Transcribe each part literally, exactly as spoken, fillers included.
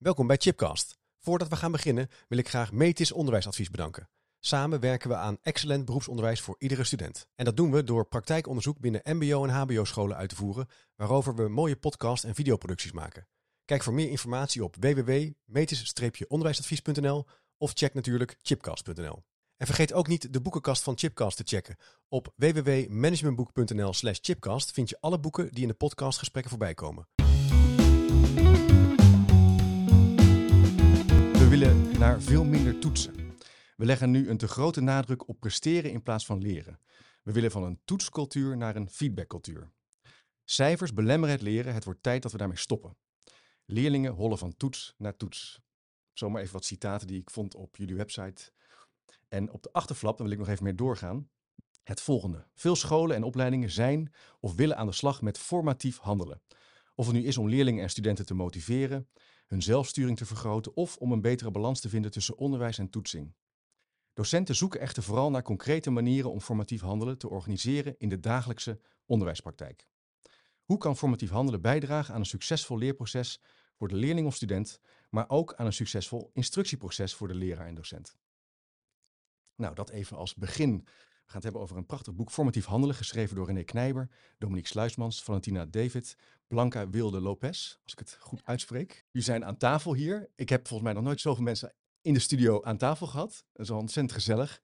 Welkom bij Chipcast. Voordat we gaan beginnen wil ik graag Metis Onderwijsadvies bedanken. Samen werken we aan excellent beroepsonderwijs voor iedere student. En dat doen we door praktijkonderzoek binnen mbo- en hbo-scholen uit te voeren, waarover we mooie podcast- en videoproducties maken. Kijk voor meer informatie op w w w punt metis onderwijsadvies punt n l of check natuurlijk chipcast punt n l. En vergeet ook niet de boekenkast van Chipcast te checken. Op w w w punt managementboek punt n l slash chipcast vind je alle boeken die in de podcastgesprekken voorbij komen. We willen naar veel minder toetsen. We leggen nu een te grote nadruk op presteren in plaats van leren. We willen van een toetscultuur naar een feedbackcultuur. Cijfers belemmeren het leren, het wordt tijd dat we daarmee stoppen. Leerlingen hollen van toets naar toets. Zomaar even wat citaten die ik vond op jullie website. En op de achterflap, dan wil ik nog even meer doorgaan, het volgende. Veel scholen en opleidingen zijn of willen aan de slag met formatief handelen. Of het nu is om leerlingen en studenten te motiveren, hun zelfsturing te vergroten of om een betere balans te vinden tussen onderwijs en toetsing. Docenten zoeken echter vooral naar concrete manieren om formatief handelen te organiseren in de dagelijkse onderwijspraktijk. Hoe kan formatief handelen bijdragen aan een succesvol leerproces voor de leerling of student, maar ook aan een succesvol instructieproces voor de leraar en docent? Nou, dat even als begin. We gaan het hebben over een prachtig boek Formatief Handelen, geschreven door René Knijber, Dominique Sluismans, Valentina David, Blanca Wilde Lopez, als ik het goed uitspreek. Jullie zijn aan tafel hier. Ik heb volgens mij nog nooit zoveel mensen in de studio aan tafel gehad. Dat is al ontzettend gezellig.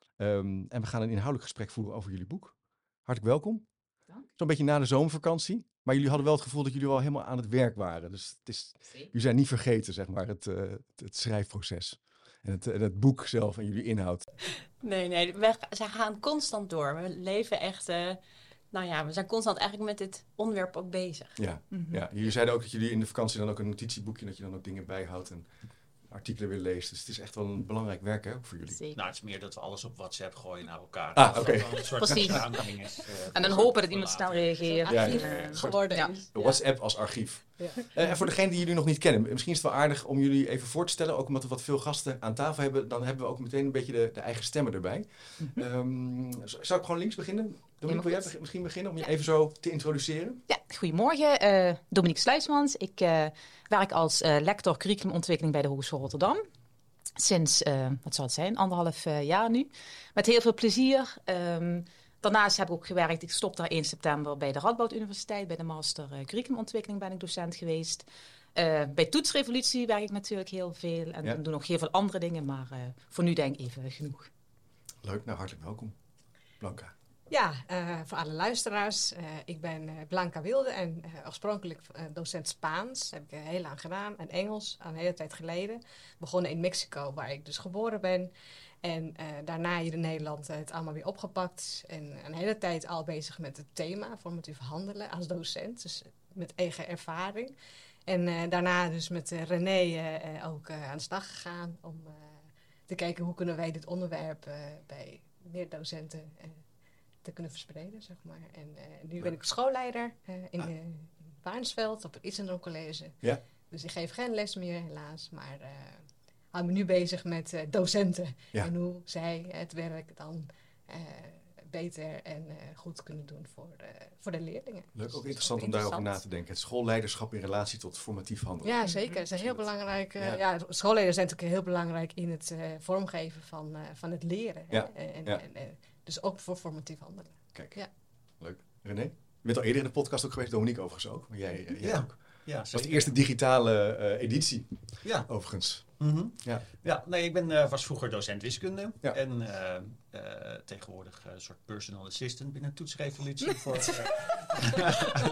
Um, en we gaan een inhoudelijk gesprek voeren over jullie boek. Hartelijk welkom. Zo'n beetje na de zomervakantie. Maar jullie hadden wel het gevoel dat jullie al helemaal aan het werk waren. Dus het is, jullie zijn niet vergeten, zeg maar, het, uh, het, het schrijfproces. En het, en het boek zelf en jullie inhoud. Nee, nee, we ze gaan constant door. We leven echt, uh, nou ja, we zijn constant eigenlijk met dit onderwerp ook bezig. Ja, mm-hmm. ja, jullie zeiden ook dat jullie in de vakantie dan ook een notitieboekje, dat je dan ook dingen bijhoudt en artikelen weer leest. Dus het is echt wel een belangrijk werk, hè, voor jullie. Zeker. Nou, het is meer dat we alles op WhatsApp gooien naar elkaar. Ah, oké. Okay. Precies. Is, uh, en dan hopen dat iemand snel reageert. Ja, ja. Geworden ja. is. WhatsApp als archief. Ja. Uh, en voor degenen die jullie nog niet kennen, misschien is het wel aardig om jullie even voor te stellen. Ook omdat we wat veel gasten aan tafel hebben, dan hebben we ook meteen een beetje de, de eigen stemmen erbij. Mm-hmm. Um, zou ik gewoon links beginnen? Dominique, wil jij be- misschien beginnen om je ja. even zo te introduceren? Ja, goedemorgen. Uh, Dominique Sluismans. Ik uh, werk als uh, lector curriculumontwikkeling bij de Hogeschool Rotterdam. Sinds, uh, wat zal het zijn, anderhalf uh, jaar nu. Met heel veel plezier. Um, daarnaast heb ik ook gewerkt, ik stop daar eerste september bij de Radboud Universiteit. Bij de master uh, curriculumontwikkeling ben ik docent geweest. Uh, bij Toetsrevolutie werk ik natuurlijk heel veel. En ja. doe nog heel veel andere dingen, maar uh, voor nu denk ik even genoeg. Leuk, nou hartelijk welkom. Blanca. Ja, uh, voor alle luisteraars. Uh, ik ben uh, Blanca Wilde en uh, oorspronkelijk uh, docent Spaans. Dat heb ik uh, heel lang gedaan. En Engels, al een hele tijd geleden. Begonnen in Mexico, waar ik dus geboren ben. En uh, daarna hier in Nederland uh, het allemaal weer opgepakt. En een hele tijd al bezig met het thema formatief handelen als docent. Dus met eigen ervaring. En uh, daarna dus met uh, René uh, ook uh, aan de slag gegaan. Om uh, te kijken hoe kunnen wij dit onderwerp uh, bij meer docenten uh, te kunnen verspreiden, zeg maar. En uh, nu ben ik schoolleider uh, in, ah. uh, in Waansveld op het Itzendam College. Ja. Dus ik geef geen les meer, helaas. Maar uh, hou me nu bezig met uh, docenten. Ja. En hoe zij het werk dan uh, beter en uh, goed kunnen doen voor de, voor de leerlingen. Leuk, ook dus interessant om daarover na te denken. Het schoolleiderschap in relatie tot formatief handelen. Ja, zeker. Het is heel belangrijk. Uh, ja. ja, schoolleiders zijn natuurlijk heel belangrijk in het uh, vormgeven van, uh, van het leren. Ja. En, ja. en, en, dus ook voor formatief handelen. Kijk, ja. Leuk. René, je bent al eerder in de podcast ook geweest, Dominique overigens ook. Maar jij, jij ja. ook. Ja, dat was de eerste digitale uh, editie, ja. overigens. Mm-hmm. Ja. ja, nee, ik ben, uh, was vroeger docent wiskunde. Ja. En uh, uh, tegenwoordig een uh, soort personal assistant binnen Toetsrevolutie. voor, uh,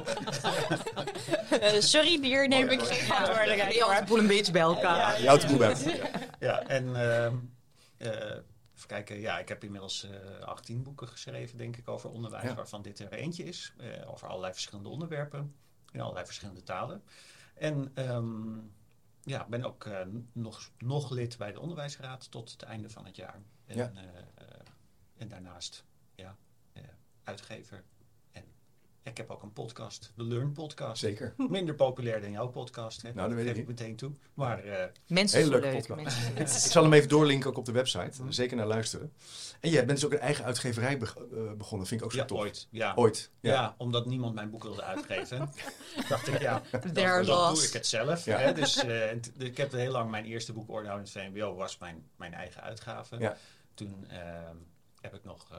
uh, sorry, hier neem ik geen verantwoordelijkheid voor. Je boel een beetje bij elkaar. Ja, ja, ja. ja. ja. ja, en... Uh, uh, Even kijken, ja, ik heb inmiddels uh, achttien boeken geschreven, denk ik, over onderwijs, ja. waarvan dit er eentje is. Uh, over allerlei verschillende onderwerpen, in allerlei verschillende talen. En um, ja, ben ook uh, nog, nog lid bij de onderwijsraad tot het einde van het jaar. En, ja. uh, uh, en daarnaast, ja, uh, uitgever en ik heb ook een podcast, de Learn Podcast. Zeker. Minder populair dan jouw podcast, hè? Nou, dat weet geef ik ik meteen toe. Maar uh, Mensen hele zo leuke leuk. podcast. Mensen zo leuk. Ik zal hem even doorlinken ook op de website. Zeker naar luisteren. En jij bent dus ook een eigen uitgeverij be- uh, begonnen. Vind ik ook zo ja, tof. ooit. Ja. Ooit. Ja. Ja. omdat niemand mijn boek wilde uitgeven. dacht ik, ja, dan, There dan lost. doe ik het zelf. Ja. Hè? Dus uh, t- ik heb heel lang mijn eerste boek Orde houden in het V M B O was mijn, mijn eigen uitgave. Ja. Toen uh, heb ik nog uh,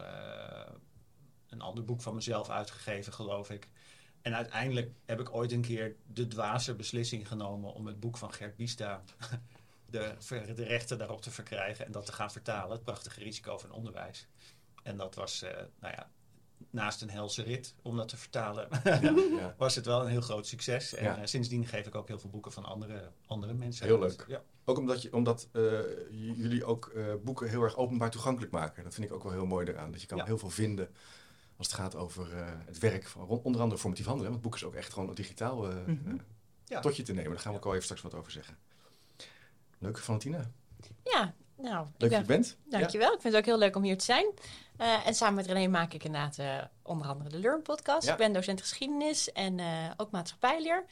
een ander boek van mezelf uitgegeven, geloof ik. En uiteindelijk heb ik ooit een keer de dwaze beslissing genomen om het boek van Gert Biesta, de, de rechten daarop te verkrijgen en dat te gaan vertalen. Het prachtige risico van onderwijs. En dat was, uh, nou ja, naast een helse rit om dat te vertalen, Ja, ja. was het wel een heel groot succes. En Ja. uh, sindsdien geef ik ook heel veel boeken van andere, andere mensen. Heel uit. leuk. Ja. Ook omdat, je, omdat uh, j- jullie ook uh, boeken heel erg openbaar toegankelijk maken. Dat vind ik ook wel heel mooi eraan. Dat je kan Ja. heel veel vinden als het gaat over uh, het werk van ron- onder andere formatief handelen. Want boeken is ook echt gewoon digitaal uh, Mhm. uh, Ja. tot je te nemen. Daar gaan we ook al even straks wat over zeggen. Leuk, Valentina. Ja, nou, Leuk dat ik ben, je bent. dankjewel. Ik vind het ook heel leuk om hier te zijn. Uh, en samen met René maak ik inderdaad uh, onder andere de Learn Podcast. Ja. Ik ben docent geschiedenis en uh, ook maatschappijleer.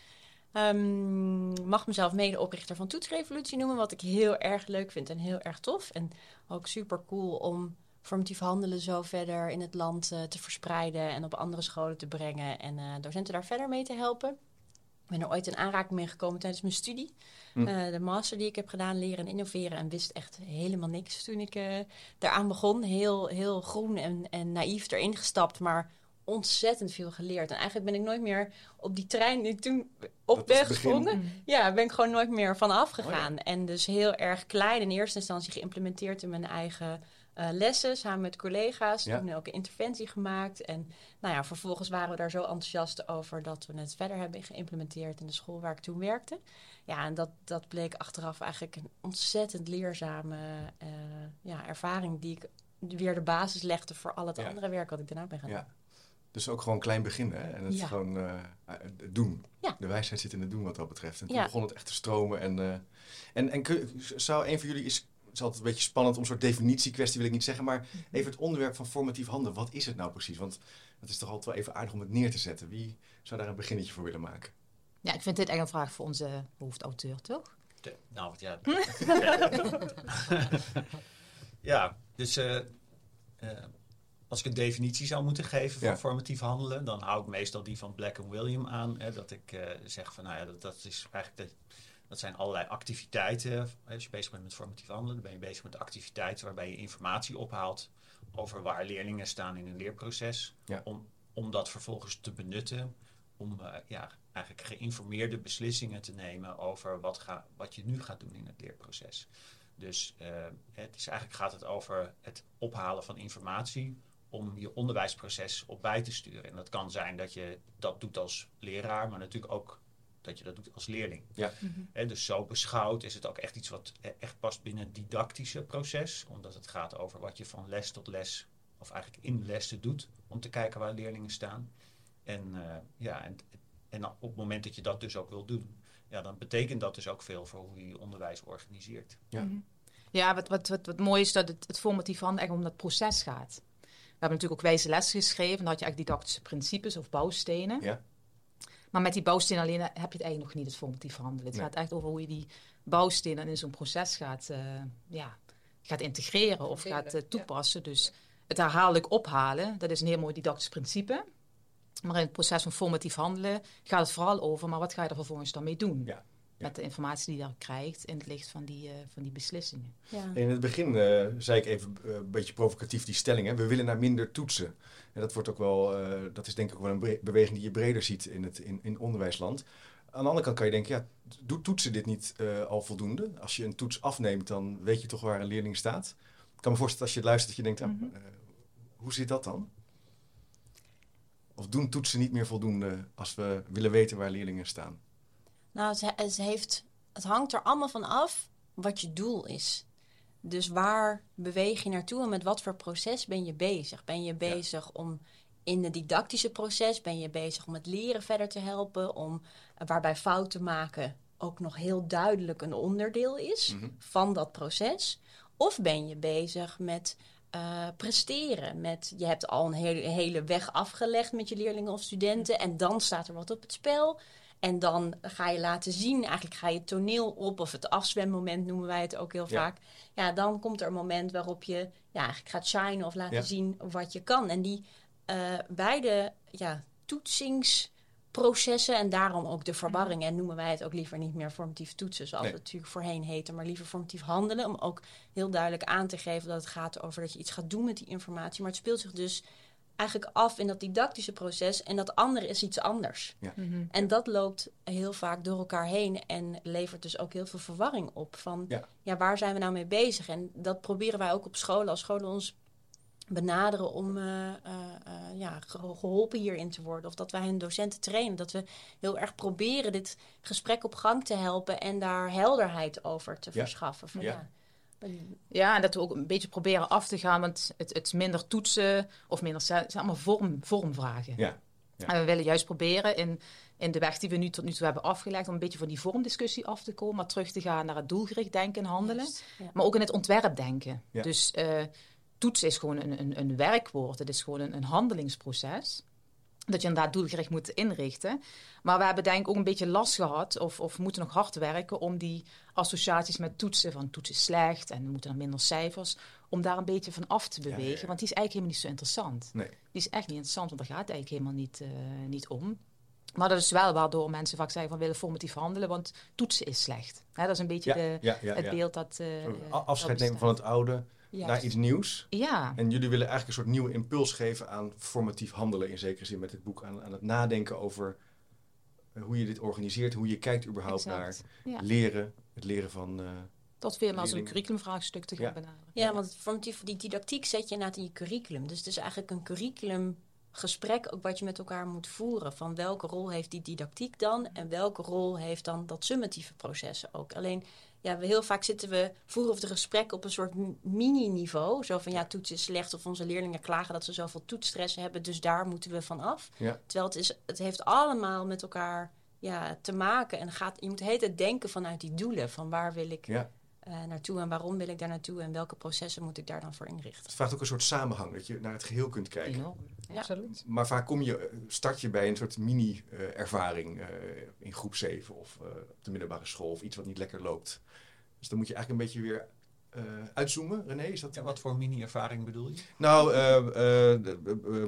Um, mag mezelf medeoprichter van Toetsrevolutie noemen, wat ik heel erg leuk vind en heel erg tof. En ook super cool om formatief handelen zo verder in het land uh, te verspreiden en op andere scholen te brengen en uh, docenten daar verder mee te helpen. Ik ben er ooit in aanraking mee gekomen tijdens mijn studie. Hm. Uh, de master die ik heb gedaan, leren en innoveren. En wist echt helemaal niks toen ik uh, daaraan begon. Heel, heel groen en, en naïef erin gestapt, maar ontzettend veel geleerd. En eigenlijk ben ik nooit meer op die trein die ik toen op Dat was ben het begin. gesprongen. Mm. Ja, ben ik gewoon nooit meer van afgegaan. Oh ja. En dus heel erg klein in eerste instantie geïmplementeerd in mijn eigen uh, lessen. Samen met collega's. Ja. Toen ook een interventie gemaakt. En nou ja, vervolgens waren we daar zo enthousiast over dat we het verder hebben geïmplementeerd in de school waar ik toen werkte. Ja, en dat, dat bleek achteraf eigenlijk een ontzettend leerzame uh, ja, ervaring die ik weer de basis legde voor al het Ja. andere werk wat ik daarna ben gaan doen. Ja. Dus ook gewoon klein beginnen. Hè? En het Ja. gewoon uh, doen. Ja. De wijsheid zit in het doen wat dat betreft. En toen Ja. begon het echt te stromen. En, uh, en, en kun, zou een van jullie... Is, het is altijd een beetje spannend om een soort definitiekwestie wil ik niet zeggen. Maar even het onderwerp van formatief handelen. Wat is het nou precies? Want het is toch altijd wel even aardig om het neer te zetten. Wie zou daar een beginnetje voor willen maken? Ja, ik vind dit echt een vraag voor onze hoofdauteur, toch? De, nou, ja. ja, dus uh, uh, als ik een definitie zou moeten geven van Ja. formatief handelen, dan hou ik meestal die van Black en William aan. Hè, dat ik uh, zeg van, nou ja, dat, dat is eigenlijk de, dat zijn allerlei activiteiten. Als je bezig bent met formatief handelen, dan ben je bezig met activiteiten waarbij je informatie ophaalt over waar leerlingen staan in hun leerproces. Ja. Om, om dat vervolgens te benutten, om uh, ja, eigenlijk geïnformeerde beslissingen te nemen over wat, ga, wat je nu gaat doen in het leerproces. Dus uh, het is eigenlijk gaat het over het ophalen van informatie om je onderwijsproces op bij te sturen. En dat kan zijn dat je dat doet als leraar, maar natuurlijk ook dat je dat doet als leerling. Ja. Mm-hmm. He, dus zo beschouwd is het ook echt iets wat echt past binnen het didactische proces. Omdat het gaat over wat je van les tot les, of eigenlijk in lessen doet, om te kijken waar leerlingen staan. En, uh, ja, en, en op het moment dat je dat dus ook wil doen, ja, dan betekent dat dus ook veel voor hoe je je onderwijs organiseert. Ja. Mm-hmm. Ja, wat, wat, wat, wat mooi is dat het, het formatief handelen echt om dat proces gaat. We hebben natuurlijk ook wijze lessen geschreven. Dan had je eigenlijk didactische principes of bouwstenen. Ja. Maar met die bouwstenen alleen heb je het eigenlijk nog niet, het formatief handelen. Het Nee. gaat echt over hoe je die bouwstenen in zo'n proces gaat, uh, ja, gaat integreren of Integreren, gaat uh, ja. toepassen. Dus het herhaaldelijk ophalen, dat is een heel mooi didactisch principe. Maar in het proces van formatief handelen gaat het vooral over, maar wat ga je er vervolgens dan mee doen? Ja. Ja. Met de informatie die je daar krijgt in het licht van die, uh, van die beslissingen. Ja. In het begin uh, zei ik even uh, een beetje provocatief die stelling. Hè? We willen naar minder toetsen. En dat wordt ook wel, uh, dat is denk ik ook wel een bre- beweging die je breder ziet in het in, in onderwijsland. Aan de andere kant kan je denken, ja, doet toetsen dit niet uh, al voldoende? Als je een toets afneemt, dan weet je toch waar een leerling staat. Ik kan me voorstellen als je het luistert dat je denkt, Mm-hmm. ah, uh, hoe zit dat dan? Of doen toetsen niet meer voldoende als we willen weten waar leerlingen staan? Nou, het, het, heeft, het hangt er allemaal van af wat je doel is. Dus waar beweeg je naartoe en met wat voor proces ben je bezig? Ben je bezig ja. om in het didactische proces, ben je bezig om het leren verder te helpen, om waarbij fouten maken ook nog heel duidelijk een onderdeel is Mm-hmm. van dat proces? Of ben je bezig met uh, presteren. Met, je hebt al een hele, hele weg afgelegd met je leerlingen of studenten. En dan staat er wat op het spel. En dan ga je laten zien, eigenlijk ga je het toneel op. Of het afzwemmoment noemen wij het ook heel Ja. vaak. Ja, dan komt er een moment waarop je ja, eigenlijk gaat shinen of laten Ja. zien wat je kan. En die uh, beide ja, toetsingsprocessen en daarom ook de verwarring. En noemen wij het ook liever niet meer formatief toetsen, zoals Nee. het natuurlijk voorheen heette, maar liever formatief handelen. Om ook heel duidelijk aan te geven dat het gaat over dat je iets gaat doen met die informatie. Maar het speelt zich dus eigenlijk af in dat didactische proces. En dat andere is iets anders. Ja. Mhm. En dat loopt heel vaak door elkaar heen en levert dus ook heel veel verwarring op. Van, Ja. ja, waar zijn we nou mee bezig? En dat proberen wij ook op scholen, als scholen ons benaderen om uh, uh, uh, ja, ge- geholpen hierin te worden. Of dat wij hun docenten trainen. Dat we heel erg proberen dit gesprek op gang te helpen en daar helderheid over te Ja. verschaffen. Van, Ja. ja. Ja, en dat we ook een beetje proberen af te gaan, want het, het minder toetsen of minder, het zijn allemaal vorm, vormvragen. Ja. Ja. En we willen juist proberen in, in de weg die we nu tot nu toe hebben afgelegd, om een beetje van die vormdiscussie af te komen, maar terug te gaan naar het doelgericht denken en handelen. Juist, ja. Maar ook in het ontwerpdenken. Ja. Dus uh, toetsen is gewoon een, een, een werkwoord, het is gewoon een, een handelingsproces. Dat je inderdaad doelgericht moet inrichten. Maar we hebben denk ik ook een beetje last gehad, of, of moeten nog hard werken om die associaties met toetsen, van toetsen is slecht en we moeten dan minder cijfers, om daar een beetje van af te bewegen. Ja, ja, ja. Want die is eigenlijk helemaal niet zo interessant. Nee. Die is echt niet interessant, want daar gaat het eigenlijk helemaal niet, uh, niet om. Maar dat is wel waardoor mensen vaak zeggen van willen formatief handelen, want toetsen is slecht. Hè, dat is een beetje Ja, de, ja, ja, het ja. beeld dat... Uh, A- Afscheid dat nemen van het oude Juist. naar iets nieuws. Ja, En jullie willen eigenlijk een soort nieuwe impuls geven aan formatief handelen in zekere zin met dit boek. Aan, aan het nadenken over uh, hoe je dit organiseert, hoe je kijkt überhaupt exact. naar Ja. leren. Het leren van... Uh, Dat veel meer als een leerlingen. curriculumvraagstuk te gaan Ja. benaderen. Ja, want formatief, die didactiek zet je inderdaad in je curriculum. Dus het is eigenlijk een curriculumgesprek ook wat je met elkaar moet voeren. Van welke rol heeft die didactiek dan en welke rol heeft dan dat summatieve proces ook. Alleen, ja, we heel vaak zitten we, voeren we de gesprek op een soort m- mini-niveau. Zo van, ja, toetsen is slecht of onze leerlingen klagen dat ze zoveel toetsstress hebben. Dus daar moeten we van af. Ja. Terwijl het, is, het heeft allemaal met elkaar ja, te maken. En gaat, je moet de hele tijd denken vanuit die doelen. Van waar wil ik... ja. Uh, naartoe en waarom wil ik daar naartoe en welke processen moet ik daar dan voor inrichten. Het vraagt ook een soort samenhang, dat je naar het geheel kunt kijken. Enorm. Ja. Absoluut. Maar vaak kom je, uh, start je bij een soort mini-ervaring uh, in groep zeven of uh, op de middelbare school of iets wat niet lekker loopt. Dus dan moet je eigenlijk een beetje weer uh, uitzoomen. René, is dat... Ja, wat voor mini-ervaring bedoel je? Nou, uh, uh, uh, uh,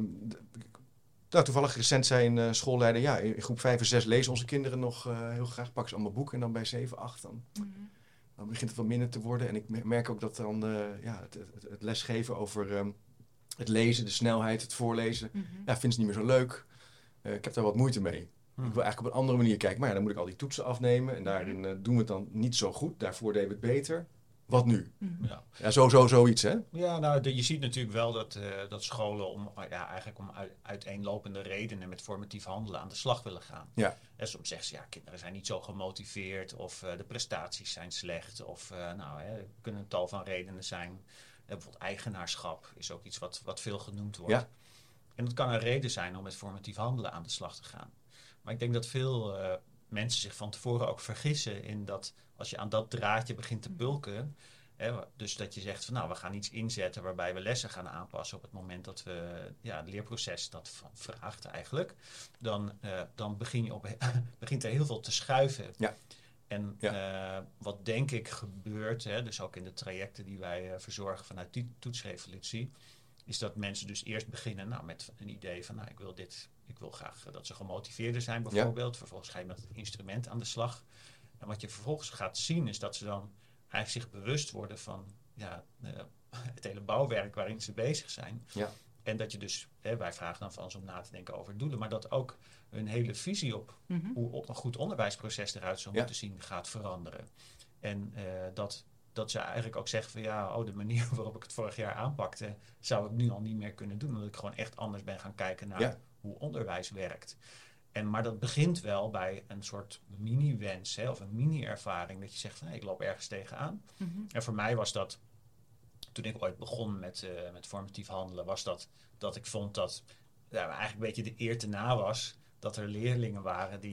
nou, toevallig recent zei een uh, schoolleider, ja, in groep vijf en zes lezen onze kinderen nog uh, heel graag, pakken ze allemaal boeken en dan bij zeven, acht dan... Mm-hmm. Dan begint het wat minder te worden. En ik merk ook dat dan uh, ja, het, het, het lesgeven over um, het lezen, de snelheid, het voorlezen. Mm-hmm. Ja, vindt ze niet meer zo leuk. Uh, ik heb daar wat moeite mee. Hmm. Ik wil eigenlijk op een andere manier kijken. Maar ja, dan moet ik al die toetsen afnemen. En daarin uh, doen we het dan niet zo goed. Daarvoor deden we het beter. Wat nu? Mm-hmm. Ja. Ja, zo, zo, zoiets, hè? Ja, nou, de, je ziet natuurlijk wel dat, uh, dat scholen om, uh, ja, eigenlijk om uit, uiteenlopende redenen met formatief handelen aan de slag willen gaan. Ja. En soms zeggen ze, ja, kinderen zijn niet zo gemotiveerd of uh, de prestaties zijn slecht of uh, nou, hè, er kunnen een tal van redenen zijn. Uh, bijvoorbeeld eigenaarschap is ook iets wat, wat veel genoemd wordt. Ja. En dat kan een reden zijn om met formatief handelen aan de slag te gaan. Maar ik denk dat veel uh, mensen zich van tevoren ook vergissen in dat als je aan dat draadje begint te pulken, hè, dus dat je zegt van nou, we gaan iets inzetten waarbij we lessen gaan aanpassen op het moment dat we ja, het leerproces dat vraagt eigenlijk, dan, uh, dan begin je op, begint er heel veel te schuiven. Ja. En ja. uh, wat denk ik gebeurt, hè, dus ook in de trajecten die wij uh, verzorgen vanuit die toetsrevolutie, is dat mensen dus eerst beginnen nou, met een idee van nou, ik wil dit, ik wil graag uh, dat ze gemotiveerder zijn bijvoorbeeld. Ja. Vervolgens ga je met het instrument aan de slag. En wat je vervolgens gaat zien is dat ze dan eigenlijk zich bewust worden van ja, uh, het hele bouwwerk waarin ze bezig zijn. Ja. En dat je dus, hè, wij vragen dan van ze om na te denken over doelen, maar dat ook hun hele visie op Mm-hmm. hoe een goed onderwijsproces eruit zou ja. moeten zien gaat veranderen. En uh, dat, dat ze eigenlijk ook zeggen van ja, oh, de manier waarop ik het vorig jaar aanpakte, zou ik nu al niet meer kunnen doen. Omdat ik gewoon echt anders ben gaan kijken naar ja. hoe onderwijs werkt. En, maar dat begint wel bij een soort mini-wens hè, of een mini-ervaring. Dat je zegt van hey, ik loop ergens tegenaan. Mm-hmm. En voor mij was dat, toen ik ooit begon met, uh, met formatief handelen, was dat dat ik vond dat ja, eigenlijk een beetje de eer te na was dat er leerlingen waren die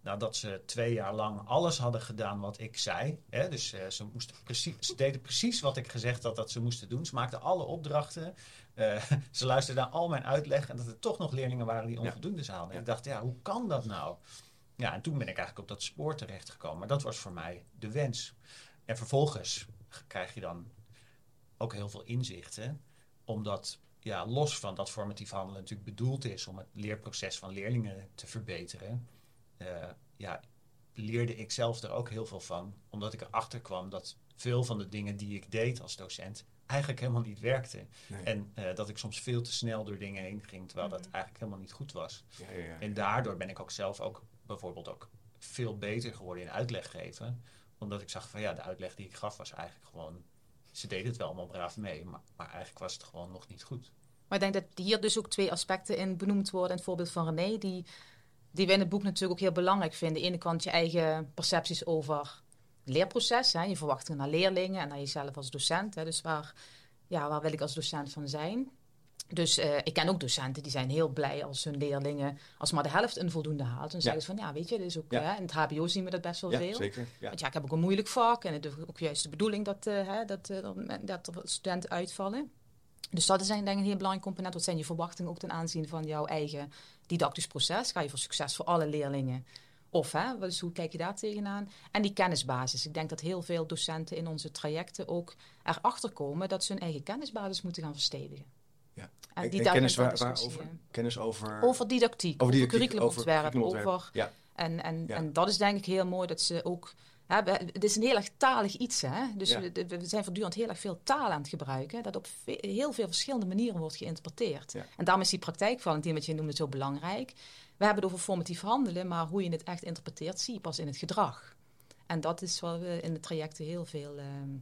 nadat ze twee jaar lang alles hadden gedaan wat ik zei. Hè, dus uh, ze, moesten precies, ze deden precies wat ik gezegd had dat ze moesten doen. Ze maakten alle opdrachten. Uh, ze luisterden naar al mijn uitleg. En dat er toch nog leerlingen waren die onvoldoende ja. haalden. En ja. ik dacht, ja, hoe kan dat nou? Ja, en toen ben ik eigenlijk op dat spoor terechtgekomen. Maar dat was voor mij de wens. En vervolgens krijg je dan ook heel veel inzichten. Omdat, ja, los van dat formatief handelen natuurlijk bedoeld is om het leerproces van leerlingen te verbeteren. Uh, ja, leerde ik zelf er ook heel veel van. Omdat ik erachter kwam dat veel van de dingen die ik deed als docent eigenlijk helemaal niet werkten. Nee. En uh, dat ik soms veel te snel door dingen heen ging, terwijl dat eigenlijk helemaal niet goed was. Ja, ja, ja. En daardoor ben ik ook zelf ook bijvoorbeeld ook veel beter geworden in uitleg geven. Omdat ik zag van ja, de uitleg die ik gaf was eigenlijk gewoon... Ze deden het wel allemaal braaf mee, maar, maar eigenlijk was het gewoon nog niet goed. Maar ik denk dat hier dus ook twee aspecten in benoemd worden. In het voorbeeld van René, die, die we in het boek natuurlijk ook heel belangrijk vinden. Aan de ene kant je eigen percepties over het leerproces. Hè, je verwachtingen naar leerlingen en naar jezelf als docent. Hè, dus waar, ja, waar wil ik als docent van zijn? Dus uh, ik ken ook docenten die zijn heel blij als hun leerlingen, als maar de helft een voldoende haalt. Dan ja. zeggen ze van, ja, weet je, dit is ook, ja. hè, in het H B O zien we dat best wel ja, veel. Zeker, ja. Want ja, ik heb ook een moeilijk vak en het is ook juist de bedoeling dat, uh, hè, dat, uh, dat er studenten uitvallen. Dus dat is denk ik een heel belangrijk component. Wat zijn je verwachtingen ook ten aanzien van jouw eigen didactisch proces? Ga je voor succes voor alle leerlingen? Of, hè, dus hoe kijk je daar tegenaan? En die kennisbasis. Ik denk dat heel veel docenten in onze trajecten ook erachter komen dat ze hun eigen kennisbasis moeten gaan verstevigen. Ja. En die en kennis waar, waarover? Kennis over... Over didactiek, over, over curriculumontwerp. Over, over, ja. en, en, ja. en dat is denk ik heel mooi dat ze ook... Ja, het is een heel erg talig iets, hè? Dus ja. we, we zijn voortdurend heel erg veel taal aan het gebruiken, dat op ve- heel veel verschillende manieren wordt geïnterpreteerd. Ja. En daarom is die praktijkvalentin, wat je noemde, zo belangrijk. We hebben het over formatief handelen, maar hoe je het echt interpreteert, zie je pas in het gedrag. En dat is waar we in de trajecten heel veel uh,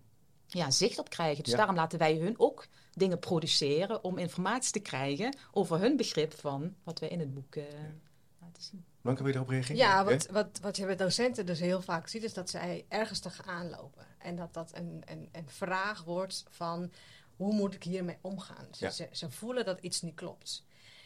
ja, zicht op krijgen. Dus ja. daarom laten wij hun ook dingen produceren om informatie te krijgen over hun begrip van wat wij in het boek uh, ja. laten zien. Blanca, wil je daarop reageren? Ja, wat, wat, wat je bij docenten dus heel vaak ziet, is dat zij ergens tegenaan lopen. En dat dat een, een, een vraag wordt van, hoe moet ik hiermee omgaan? Ze, ja. ze, ze voelen dat iets niet klopt.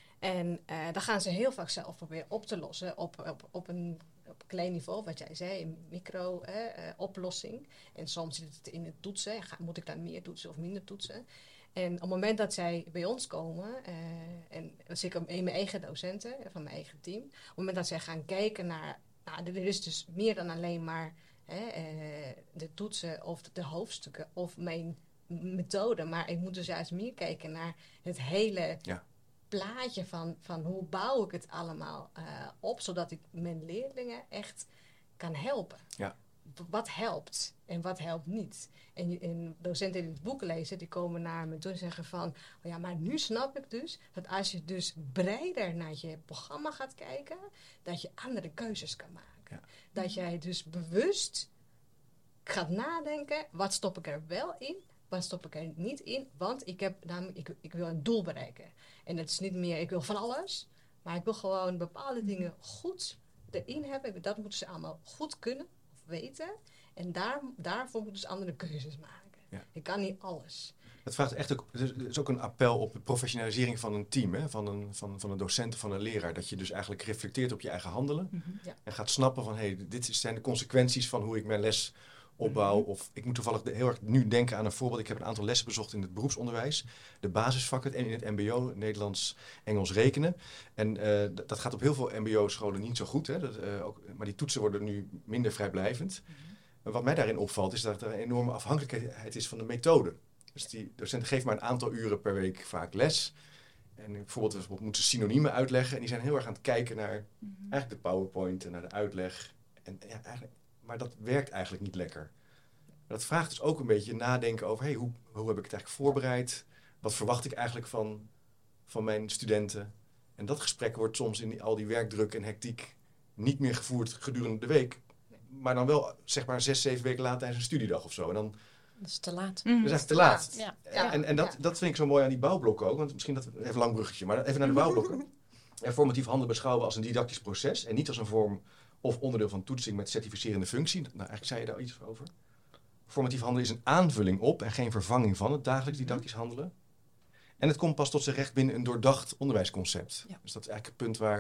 En uh, dan gaan ze heel vaak zelf proberen op te lossen op, op, op een op klein niveau, wat jij zei, een micro-oplossing. Uh, en soms zit het in het toetsen. Ga, moet ik dan meer toetsen of minder toetsen? En op het moment dat zij bij ons komen, uh, en zeker in mijn eigen docenten, van mijn eigen team, op het moment dat zij gaan kijken naar, nou, er is dus meer dan alleen maar hè, uh, de toetsen of de, de hoofdstukken of mijn methode, maar ik moet dus juist meer kijken naar het hele ja. plaatje van, van hoe bouw ik het allemaal uh, op, zodat ik mijn leerlingen echt kan helpen. Ja. Wat helpt en wat helpt niet. En, en docenten die het boek lezen, die komen naar me toe en zeggen van, oh ja, maar nu snap ik dus dat als je dus breder naar je programma gaat kijken, dat je andere keuzes kan maken. Ja. Dat jij dus bewust gaat nadenken, wat stop ik er wel in, wat stop ik er niet in, want ik, heb namelijk, ik, ik wil een doel bereiken. En het is niet meer, ik wil van alles, maar ik wil gewoon bepaalde dingen goed erin hebben. Dat moeten ze allemaal goed kunnen of weten. En daar, daarvoor moeten ze andere keuzes maken. Ja. Ik kan niet alles. Het vraagt echt ook, het is ook een appel op de professionalisering van een team, hè? Van, een, van, van een docent of van een leraar. Dat je dus eigenlijk reflecteert op je eigen handelen. Mm-hmm. Ja. En gaat snappen van, hé, hey, dit zijn de consequenties van hoe ik mijn les opbouw. Mm-hmm. Of ik moet toevallig heel erg nu denken aan een voorbeeld. Ik heb een aantal lessen bezocht in het beroepsonderwijs. De basisvakken en in het mbo, Nederlands, Engels, rekenen. En uh, dat gaat op heel veel mbo-scholen niet zo goed. Hè? Dat, uh, ook, maar die toetsen worden nu minder vrijblijvend. Mm-hmm. En wat mij daarin opvalt is dat er een enorme afhankelijkheid is van de methode. Dus die docenten geven maar een aantal uren per week vaak les. En bijvoorbeeld we moeten synoniemen uitleggen. En die zijn heel erg aan het kijken naar mm-hmm. eigenlijk de PowerPoint en naar de uitleg. En, ja, eigenlijk, maar dat werkt eigenlijk niet lekker. Maar dat vraagt dus ook een beetje nadenken over, hey, hoe, hoe heb ik het eigenlijk voorbereid? Wat verwacht ik eigenlijk van, van mijn studenten? En dat gesprek wordt soms in die, al die werkdruk en hectiek niet meer gevoerd gedurende de week. Maar dan wel, zeg maar, zes, zeven weken later tijdens een studiedag of zo. En dan, dat is te laat. Mm. Dat is echt te laat. Ja. Ja. En, en dat, dat vind ik zo mooi aan die bouwblokken ook. Want misschien dat even een lang bruggetje, maar even naar de bouwblokken. En formatief handelen beschouwen als een didactisch proces. En niet als een vorm of onderdeel van toetsing met certificerende functie. Nou, eigenlijk zei je daar iets over. Formatief handelen is een aanvulling op en geen vervanging van het dagelijks didactisch handelen. En het komt pas tot zijn recht binnen een doordacht onderwijsconcept. Ja. Dus dat is eigenlijk het punt waar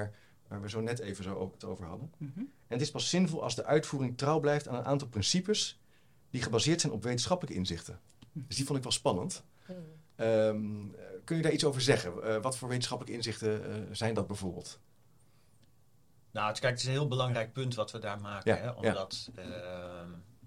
waar we zo net even zo ook het over hadden. Mhm. En het is pas zinvol als de uitvoering trouw blijft aan een aantal principes die gebaseerd zijn op wetenschappelijke inzichten. Dus die vond ik wel spannend. Hmm. Um, kun je daar iets over zeggen? Uh, wat voor wetenschappelijke inzichten uh, zijn dat bijvoorbeeld? Nou, het, kijk, het is een heel belangrijk punt wat we daar maken. Ja, hè? Omdat ja. uh,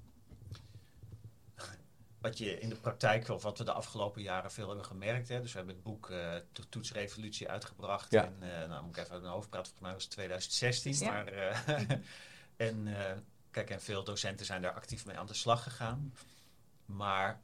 wat je in de praktijk, of wat we de afgelopen jaren veel hebben gemerkt. Hè? Dus we hebben het boek uh, De Toetsrevolutie uitgebracht. Ja. En, uh, nou moet ik even uit mijn hoofd praten, volgens mij was het twintig zestien. Ja. Maar, uh, en uh, kijk, en veel docenten zijn daar actief mee aan de slag gegaan. Maar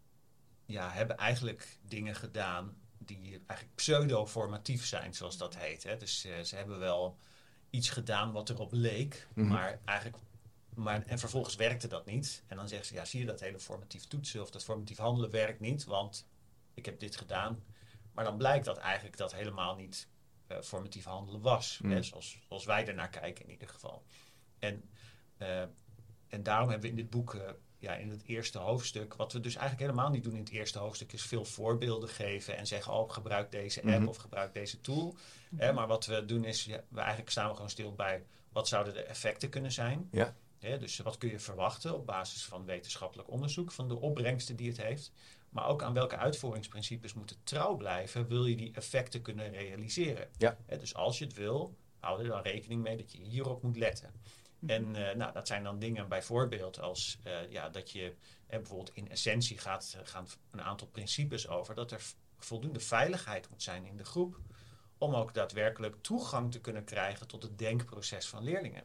ja, hebben eigenlijk dingen gedaan die eigenlijk pseudo-formatief zijn, zoals dat heet. Hè? Dus uh, ze hebben wel iets gedaan wat erop leek, Mm-hmm. maar eigenlijk... Maar, en vervolgens werkte dat niet. En dan zeggen ze, ja, zie je dat hele formatief toetsen of dat formatief handelen werkt niet, want ik heb dit gedaan. Maar dan blijkt dat eigenlijk dat helemaal niet uh, formatief handelen was. Mm. Hè, zoals, zoals wij ernaar kijken in ieder geval. En, uh, en daarom hebben we in dit boek, uh, ja, in het eerste hoofdstuk, wat we dus eigenlijk helemaal niet doen in het eerste hoofdstuk, is veel voorbeelden geven en zeggen, oh, gebruik deze app Mm-hmm. of gebruik deze tool. Mm-hmm. Hè, maar wat we doen is, ja, we eigenlijk staan we gewoon stil bij, wat zouden de effecten kunnen zijn? Ja. Ja, dus wat kun je verwachten op basis van wetenschappelijk onderzoek, van de opbrengsten die het heeft. Maar ook aan welke uitvoeringsprincipes moeten trouw blijven, wil je die effecten kunnen realiseren. Ja. Ja, dus als je het wil, hou er dan rekening mee dat je hierop moet letten. En uh, nou, dat zijn dan dingen bijvoorbeeld als uh, ja, dat je eh, bijvoorbeeld in essentie gaat, uh, gaan een aantal principes over dat er voldoende veiligheid moet zijn in de groep, om ook daadwerkelijk toegang te kunnen krijgen tot het denkproces van leerlingen.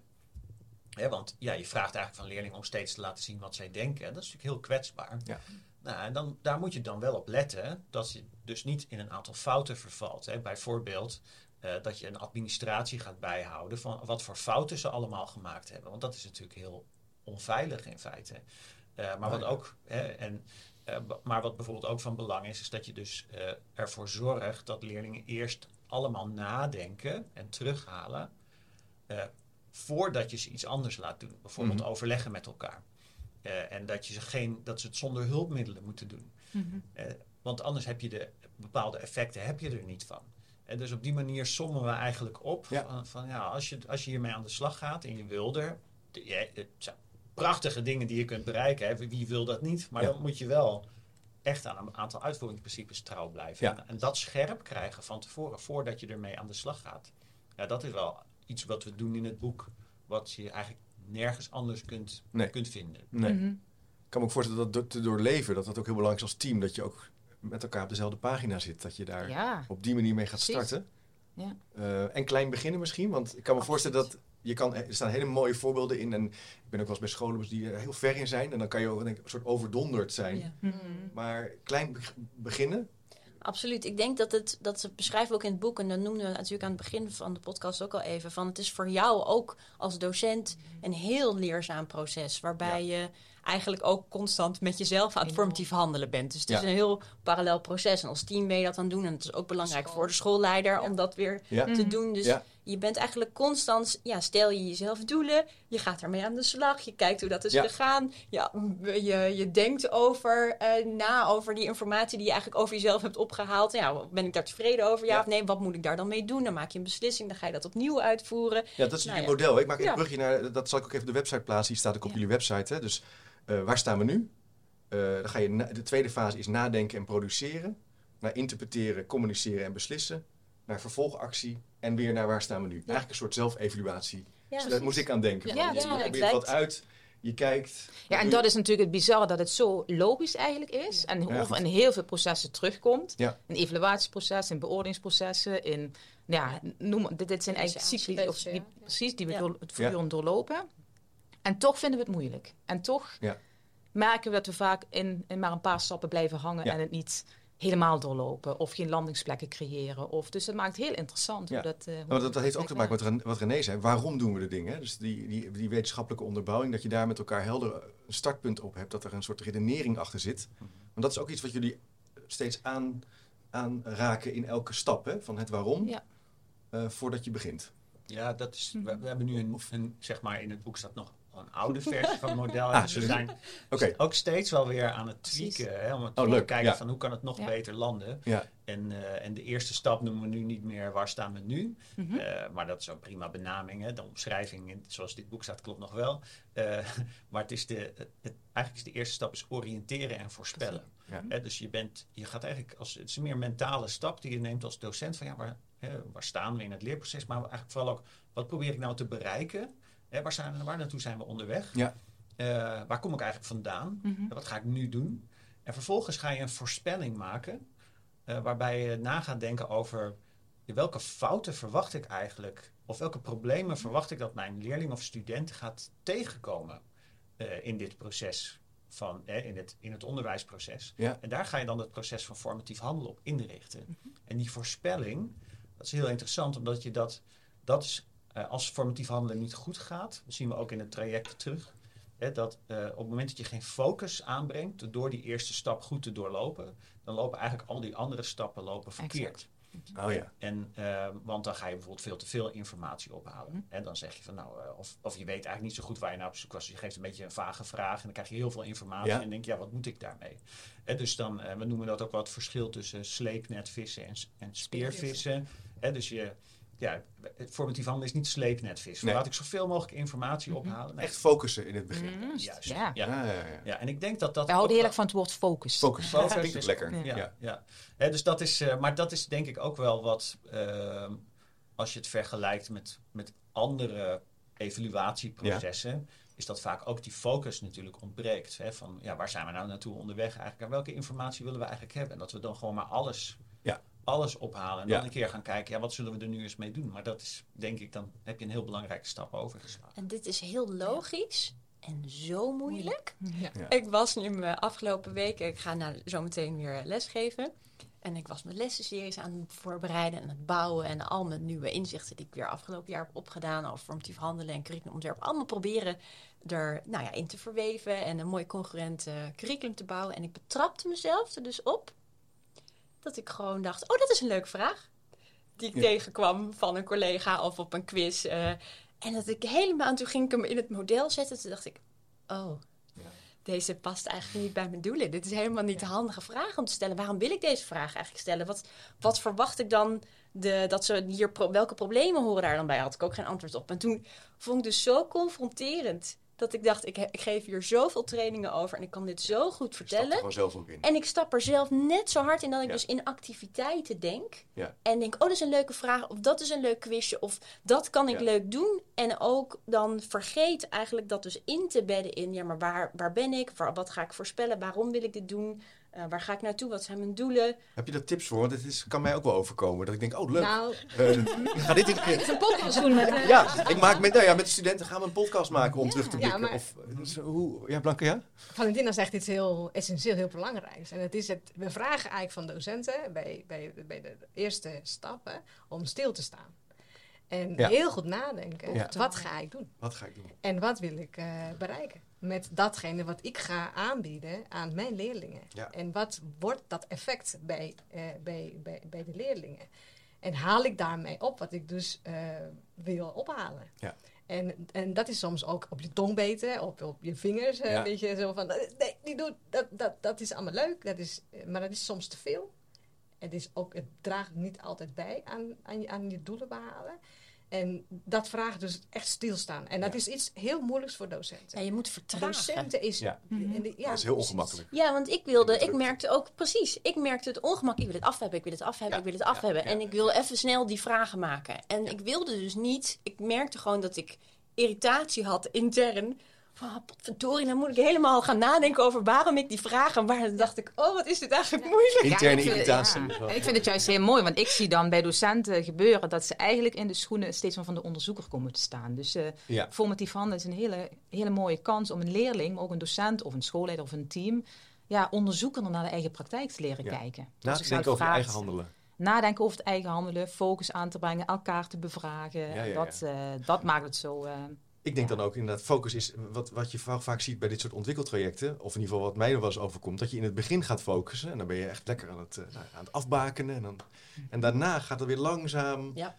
Ja, want ja, je vraagt eigenlijk van leerlingen om steeds te laten zien wat zij denken. Dat is natuurlijk heel kwetsbaar. Ja. Nou, en dan, daar moet je dan wel op letten dat je dus niet in een aantal fouten vervalt. Hè. Bijvoorbeeld uh, dat je een administratie gaat bijhouden van wat voor fouten ze allemaal gemaakt hebben. Want dat is natuurlijk heel onveilig in feite. Uh, maar, wat ook, hè, en, uh, maar wat bijvoorbeeld ook van belang is, is dat je dus uh, ervoor zorgt dat leerlingen eerst allemaal nadenken en terughalen. Uh, voordat je ze iets anders laat doen. Bijvoorbeeld mm-hmm. overleggen met elkaar. Uh, en dat, je ze geen, dat ze het zonder hulpmiddelen moeten doen. Mm-hmm. Uh, want anders heb je de bepaalde effecten heb je er niet van. En dus op die manier sommen we eigenlijk op. Ja. Van, van ja, als je, als je hiermee aan de slag gaat en je wil er. De, ja, het zijn prachtige dingen die je kunt bereiken. Hè. Wie wil dat niet? Maar ja. dan moet je wel echt aan een aantal uitvoeringsprincipes trouw blijven. Ja. En, en dat scherp krijgen van tevoren, voordat je ermee aan de slag gaat. Ja, dat is wel iets wat we doen in het boek, wat je eigenlijk nergens anders kunt, nee. kunt vinden. Nee. Mm-hmm. Ik kan me ook voorstellen dat dat te doorleven, dat dat ook heel belangrijk is als team, dat je ook met elkaar op dezelfde pagina zit, dat je daar Ja. op die manier mee gaat Precies. starten. Ja. Uh, en klein beginnen misschien, want ik kan me Absoluut. voorstellen dat je kan, er staan hele mooie voorbeelden in en ik ben ook wel eens bij scholen die er heel ver in zijn en dan kan je ook denk ik, een soort overdonderd zijn. Ja. Mm-hmm. Maar klein be- beginnen. Absoluut. Ik denk dat het, dat ze beschrijven ook in het boek, en dat noemden we natuurlijk aan het begin van de podcast ook al even, van het is voor jou ook als docent een heel leerzaam proces, waarbij ja. je eigenlijk ook constant met jezelf aan het formatief handelen bent. Dus het is ja. een heel parallel proces. En als team ben je dat aan het doen. En het is ook belangrijk School. voor de schoolleider ja. om dat weer ja. te Mm-hmm. doen. Dus ja. je bent eigenlijk constant, ja, stel je jezelf doelen, je gaat ermee aan de slag, je kijkt hoe dat is ja. gegaan, ja, je, je denkt over, uh, na over die informatie die je eigenlijk over jezelf hebt opgehaald. Ja, ben ik daar tevreden over? Ja, ja of nee? Wat moet ik daar dan mee doen? Dan maak je een beslissing, dan ga je dat opnieuw uitvoeren. Ja, dat is nou, je ja. model. Ik maak een ja. brugje naar, dat zal ik ook even op de website plaatsen, die staat ook op Ja. jullie website. Hè? Dus uh, waar staan we nu? Uh, dan ga je na- de tweede fase is nadenken en produceren. Naar interpreteren, communiceren en beslissen. Naar vervolgactie en weer naar waar staan we nu. Ja. Eigenlijk een soort zelfevaluatie. Ja, dus daar moest ik aan denken. Ja, van, ja, je ja, probeert exact. wat uit, je kijkt. Ja, en dat is natuurlijk het bizarre dat het zo logisch eigenlijk is. Ja. En Ja, over goed. in heel veel processen terugkomt. Ja. In evaluatieprocessen, in beoordelingsprocessen. In, ja, noem maar, dit, dit zijn eigenlijk cycli, of, die, precies, die we Ja. door, het Ja. voortdurend doorlopen. En toch vinden we het moeilijk. En toch Ja. merken we dat we vaak in, in maar een paar stappen blijven hangen Ja. en het niet helemaal doorlopen. Of geen landingsplekken creëren. Of, dus dat maakt het heel interessant. Ja. Hoe dat, uh, hoe Nou, dat, dat heeft ook dat te maken met Ren- wat René zei. Waarom doen we de dingen? Hè? Dus die, die, die wetenschappelijke onderbouwing, dat je daar met elkaar helder een startpunt op hebt, dat er een soort redenering achter zit. Want dat is ook iets wat jullie steeds aan, aanraken in elke stap, hè? Van het waarom, Ja. uh, voordat je begint. Ja, dat is, we, we hebben nu een, een, zeg maar in het boek staat nog een oude versie van het model. Ah, En we zo- zijn Oké. ook steeds wel weer aan het Precies. tweaken. Hè, om het Oh, te leuk, kijken ja. van hoe kan het nog Ja. beter landen. Ja. En, uh, en de eerste stap noemen we nu niet meer waar staan we nu. Mhm. Uh, maar dat is ook prima benaming. Hè. De omschrijving, in, zoals dit boek staat, klopt nog wel. Uh, maar het is de, het, het, eigenlijk is de eerste stap is oriënteren en voorspellen. Ja. Hè, dus je, bent, je gaat eigenlijk, als, het is een meer mentale stap die je neemt als docent. Van ja, waar, hè, waar staan we in het leerproces? Maar eigenlijk vooral ook, wat probeer ik nou te bereiken? Hè, waar, zijn, waar naartoe zijn we onderweg? Ja. Uh, waar kom ik eigenlijk vandaan? Mhm. Wat ga ik nu doen? En vervolgens ga je een voorspelling maken. Uh, waarbij je na gaat denken over welke fouten verwacht ik eigenlijk, of welke problemen verwacht ik dat mijn leerling of student gaat tegenkomen uh, in dit proces, van, eh, in, het, in het onderwijsproces. Ja. En daar ga je dan het proces van formatief handelen op inrichten. Mm-hmm. En die voorspelling, dat is heel interessant, omdat je dat, dat is, uh, als formatief handelen niet goed gaat, dat zien we ook in het traject terug, hè, dat uh, op het moment dat je geen focus aanbrengt, door die eerste stap goed te doorlopen, dan lopen eigenlijk al die andere stappen lopen verkeerd. Exact. Oh ja. En, uh, want dan ga je bijvoorbeeld veel te veel informatie ophalen. Mm. En dan zeg je van nou, uh, of, of je weet eigenlijk niet zo goed waar je naar op zoek was. Je geeft een beetje een vage vraag en dan krijg je heel veel informatie. Ja. En denk je, ja, wat moet ik daarmee? En dus dan, uh, we noemen dat ook wel het verschil tussen sleepnetvissen en, en speervissen. En dus je, ja, het formatief handelen is niet sleepnetvissen. Nee. Laat ik zoveel mogelijk informatie Mm-hmm. ophalen. Nee. Echt focussen in het begin. Mm, Juist. ja. Ja. Ja, ja, ja. Ja, en ik denk dat dat... Wij houden ook heel erg van het woord focus. Focus. Focus Dat klinkt ook is- lekker. Ja. Ja, Ja. ja. Hè, dus dat is, uh, maar dat is denk ik ook wel wat, uh, als je het vergelijkt met, met andere evaluatieprocessen, is dat vaak ook die focus natuurlijk ontbreekt. Hè, van ja, waar zijn we nou naartoe onderweg eigenlijk en welke informatie willen we eigenlijk hebben? En dat we dan gewoon maar alles, Ja. alles ophalen en Ja. dan een keer gaan kijken, ja, wat zullen we er nu eens mee doen? Maar dat is, denk ik, dan heb je een heel belangrijke stap overgeslagen. En dit is heel logisch en zo moeilijk. Ja. Ja. Ik was nu mijn afgelopen weken, ik ga nou zometeen weer lesgeven. En ik was mijn lessenseries aan het voorbereiden en het bouwen. En al mijn nieuwe inzichten die ik weer afgelopen jaar heb opgedaan over formatief handelen en curriculumontwerp. Allemaal proberen er nou ja, in te verweven en een mooi congruent uh, curriculum te bouwen. En ik betrapte mezelf er dus op dat ik gewoon dacht, oh, dat is een leuke vraag. Die ik Ja. tegenkwam van een collega of op een quiz. Uh, en dat ik helemaal, en toen ging ik hem in het model zetten. Toen dacht ik, oh, Ja. deze past eigenlijk niet bij mijn doelen. Dit is helemaal niet de handige vraag om te stellen. Waarom wil ik deze vraag eigenlijk stellen? Wat, wat verwacht ik dan? De, dat ze hier pro- welke problemen horen daar dan bij? Had ik ook geen antwoord op. En toen vond ik dus zo confronterend dat ik dacht, ik, he, ik geef hier zoveel trainingen over en ik kan dit zo goed Je stapt er vertellen. gewoon zelf ook in. En ik stap er zelf net zo hard in dat ik Ja. dus in activiteiten denk. Ja. En denk, oh, dat is een leuke vraag. Of dat is een leuk quizje. Of dat kan ik Ja. leuk doen. En ook dan vergeet eigenlijk dat dus in te bedden in... Ja, maar waar, waar ben ik? Waar, wat ga ik voorspellen? Waarom wil ik dit doen? Uh, waar ga ik naartoe? Wat zijn mijn doelen? Heb je daar tips voor? Want het is, kan mij ook wel overkomen. Dat ik denk, oh leuk. Nou, Uh, ik ga dit in... het is een podcast doen met... uh, Ja, ik maak met, nou ja, met de studenten gaan we een podcast maken om Ja. terug te Ja, blikken. maar- Of, dus, hoe, ja, Blanke, ja? Valentina zegt iets heel essentieel, heel belangrijks. En het is het, we vragen eigenlijk van docenten bij, bij, bij de eerste stappen om stil te staan. En Ja. heel goed nadenken, Ja. wat ga ik doen? Wat ga ik doen? En wat wil ik uh, bereiken? Met datgene wat ik ga aanbieden aan mijn leerlingen. Ja. En wat wordt dat effect bij, uh, bij, bij, bij de leerlingen? En haal ik daarmee op wat ik dus uh, wil ophalen? Ja. En, en dat is soms ook op je tong beten, op, op je vingers. Uh, Ja. Een beetje zo van, nee, die doet, dat, dat, dat is allemaal leuk. Dat is, maar dat is soms te veel. Het, is ook, het draagt niet altijd bij aan, aan, je, aan je doelen behalen. En dat vraagt dus echt stilstaan. En dat Ja. is iets heel moeilijks voor docenten. Ja, je moet vertragen. Docenten is... Ja. en de- ja, Dat is heel precies. ongemakkelijk. Ja, want ik wilde, Ik ik drukte. merkte ook precies, ik merkte het ongemak. Ik wil het af hebben, ik wil het af hebben, Ja, ik wil het af ja, hebben. ja. En ik wil even snel die vragen maken. En Ja. ik wilde dus niet, ik merkte gewoon dat ik irritatie had intern. Van, oh, potverdorie, dan moet ik helemaal gaan nadenken over waarom ik die vragen. Maar dan dacht ik, oh, wat is dit eigenlijk moeilijk. Interne ik vind- irritatie. ja. En ik vind het juist heel mooi, want ik zie dan bij docenten gebeuren dat ze eigenlijk in de schoenen steeds meer van de onderzoeker komen te staan. Dus uh, Ja. formatief handelen is een hele, hele mooie kans om een leerling, maar ook een docent of een schoolleider of een team, ja, onderzoekender naar de eigen praktijk te leren Ja. kijken. Na Als te ik denken zelf over je vraag, eigen handelen. Nadenken over het eigen handelen, focus aan te brengen, elkaar te bevragen. Ja, ja, dat, uh, dat maakt het zo... Uh, Ik denk Ja. dan ook inderdaad, focus is wat, wat je va- vaak ziet bij dit soort ontwikkeltrajecten, of in ieder geval wat mij er wel eens overkomt, dat je in het begin gaat focussen en dan ben je echt lekker aan het, uh, aan het afbakenen. En, dan, en daarna gaat het weer langzaam Ja.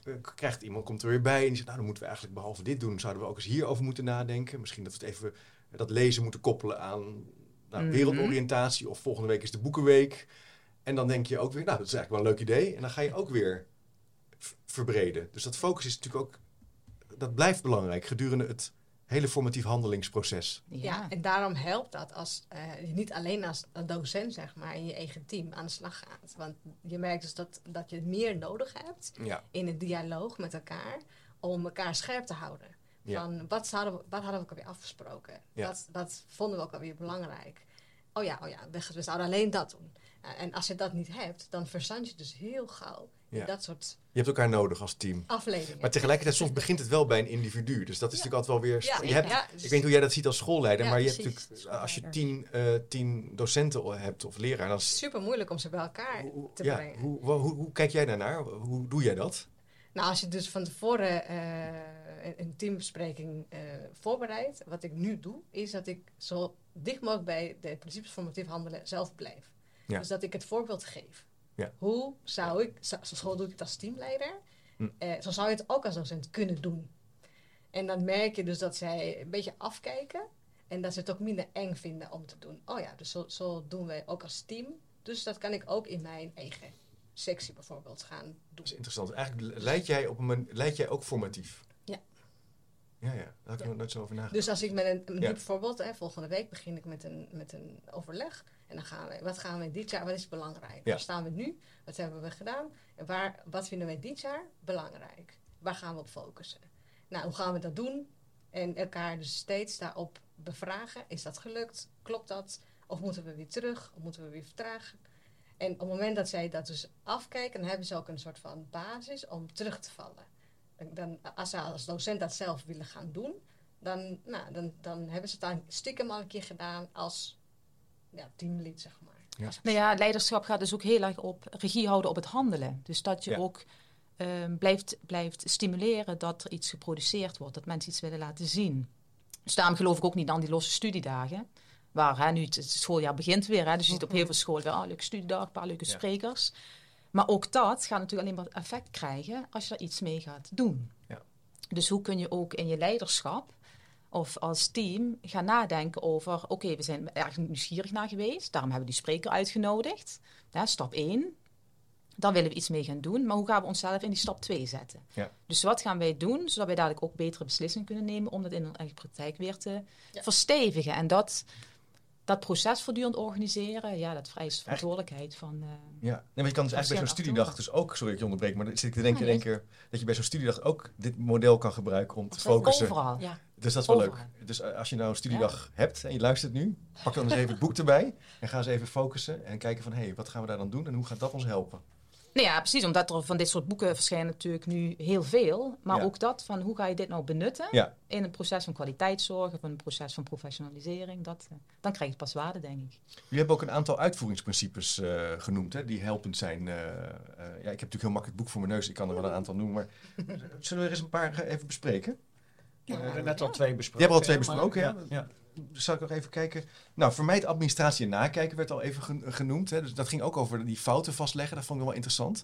krijgt iemand, komt er weer bij en die zegt, nou dan moeten we eigenlijk behalve dit doen, zouden we ook eens hierover moeten nadenken. Misschien dat we het even, dat lezen moeten koppelen aan nou, Mm-hmm. wereldoriëntatie of volgende week is de boekenweek. En dan denk je ook weer, nou dat is eigenlijk wel een leuk idee. En dan ga je ook weer v- verbreden. Dus dat focus is natuurlijk ook, dat blijft belangrijk gedurende het hele formatief handelingsproces. Ja. Ja, en daarom helpt dat als uh, je niet alleen als een docent, zeg maar, in je eigen team aan de slag gaat. Want je merkt dus dat, dat je meer nodig hebt Ja, in een dialoog met elkaar om elkaar scherp te houden. Ja. Van wat, zouden we, wat hadden we ook alweer afgesproken? Ja. Wat, wat vonden we ook alweer belangrijk? Oh ja, oh ja, we, we zouden alleen dat doen. Uh, en als je dat niet hebt, dan verzand je dus heel gauw Ja. in dat soort je hebt elkaar nodig als team. afleidingen. Maar tegelijkertijd, soms begint het wel bij een individu. Dus dat is Ja. natuurlijk altijd wel weer... Ja, je hebt, ja, dus- ik weet niet hoe jij dat ziet als schoolleider, Ja, maar je hebt precies, natuurlijk, als je schoolleider. tien, uh, tien docenten hebt of leraar, dan is super moeilijk om ze bij elkaar hoe, te ja, brengen. hoe, hoe, hoe, hoe kijk jij daarnaar? Hoe doe jij dat? Nou, als je dus van tevoren eh, een, een teambespreking eh, voorbereidt, wat ik nu doe, is dat ik zo dicht mogelijk bij de principes formatief handelen zelf blijf. Ja. Dus dat ik het voorbeeld geef. Ja. Hoe zou ik, zo, zo doe ik het als teamleider, Hm. eh, zo zou je het ook als docent kunnen doen. En dan merk je dus dat zij een beetje afkijken en dat ze het ook minder eng vinden om te doen. Oh ja, dus zo, zo doen wij ook als team. Dus dat kan ik ook in mijn eigen sectie bijvoorbeeld gaan doen. Dat is interessant. Eigenlijk leid jij, op een man- leid jij ook formatief? Ja. Ja, ja. Daar heb ik Ja. nog nooit zo over nagedacht. Dus als ik met een, een Ja. nu bijvoorbeeld, hè, volgende week begin ik met een, met een overleg. En dan gaan we, wat gaan we dit jaar, wat is belangrijk? Ja. Waar staan we nu? Wat hebben we gedaan? En waar, wat vinden wij dit jaar belangrijk? Waar gaan we op focussen? Nou, hoe gaan we dat doen? En elkaar dus steeds daarop bevragen. Is dat gelukt? Klopt dat? Of moeten we weer terug? Of moeten we weer vertragen? En op het moment dat zij dat dus afkijken, dan hebben ze ook een soort van basis om terug te vallen. Dan, als ze als docent dat zelf willen gaan doen, dan, nou, dan, dan hebben ze het dan stiekem al een keer gedaan als ja, teamlead, zeg maar. Ja. Nou ja, leiderschap gaat dus ook heel erg op regie houden op het handelen. Dus dat je Ja. ook ehm, blijft, blijft stimuleren dat er iets geproduceerd wordt, dat mensen iets willen laten zien. Dus daarom geloof ik ook niet aan die losse studiedagen. Waar hè, nu het, het schooljaar begint weer, hè, dus je ziet op heel veel scholen weer, ah, leuke studiedag, een paar leuke Ja. sprekers. Maar ook dat gaat natuurlijk alleen maar effect krijgen als je er iets mee gaat doen. Ja. Dus hoe kun je ook in je leiderschap of als team gaan nadenken over, oké, we zijn erg nieuwsgierig naar geweest, daarom hebben we die spreker uitgenodigd. Ja, stap één. Dan willen we iets mee gaan doen, maar hoe gaan we onszelf in die stap twee zetten? Ja. Dus wat gaan wij doen, zodat wij dadelijk ook betere beslissingen kunnen nemen om dat in de eigen praktijk weer te Ja. verstevigen. En dat, dat proces voortdurend organiseren, ja, dat vereist verantwoordelijkheid van... eh, Ja, nee, maar je kan dus eigenlijk bij zo'n studiedag dus ook, sorry dat je onderbreekt, maar dan zit ik te denken in één keer dat je bij zo'n studiedag ook dit model kan gebruiken om te dat is focussen. overal. Ja. Dus dat is wel Overal. leuk. Dus uh, als je nou een studiedag hebt en je luistert nu, pak dan eens even het boek erbij en ga eens even focussen en kijken van hé, hey, wat gaan we daar dan doen en hoe gaat dat ons helpen? Nou ja, precies, omdat er van dit soort boeken verschijnen natuurlijk nu heel veel. Maar Ja. ook dat van hoe ga je dit nou benutten Ja, in een proces van kwaliteitszorg of een proces van professionalisering. Dat, eh, dan krijg je pas waarde, denk ik. jullie hebben ook een aantal uitvoeringsprincipes uh, genoemd, hè, die helpend zijn. Uh, uh, ja, ik heb natuurlijk heel makkelijk het boek voor mijn neus, ik kan er wel een aantal noemen, maar zullen we er eens een paar even bespreken? Ja, we Uh, hebben net al twee besproken. Je hebt al twee hè, maar- besproken, ja. ja. Dus zal ik nog even kijken. Nou, vermijd administratie en nakijken werd al even gen- genoemd. Hè. Dus dat ging ook over die fouten vastleggen. Dat vond ik wel interessant.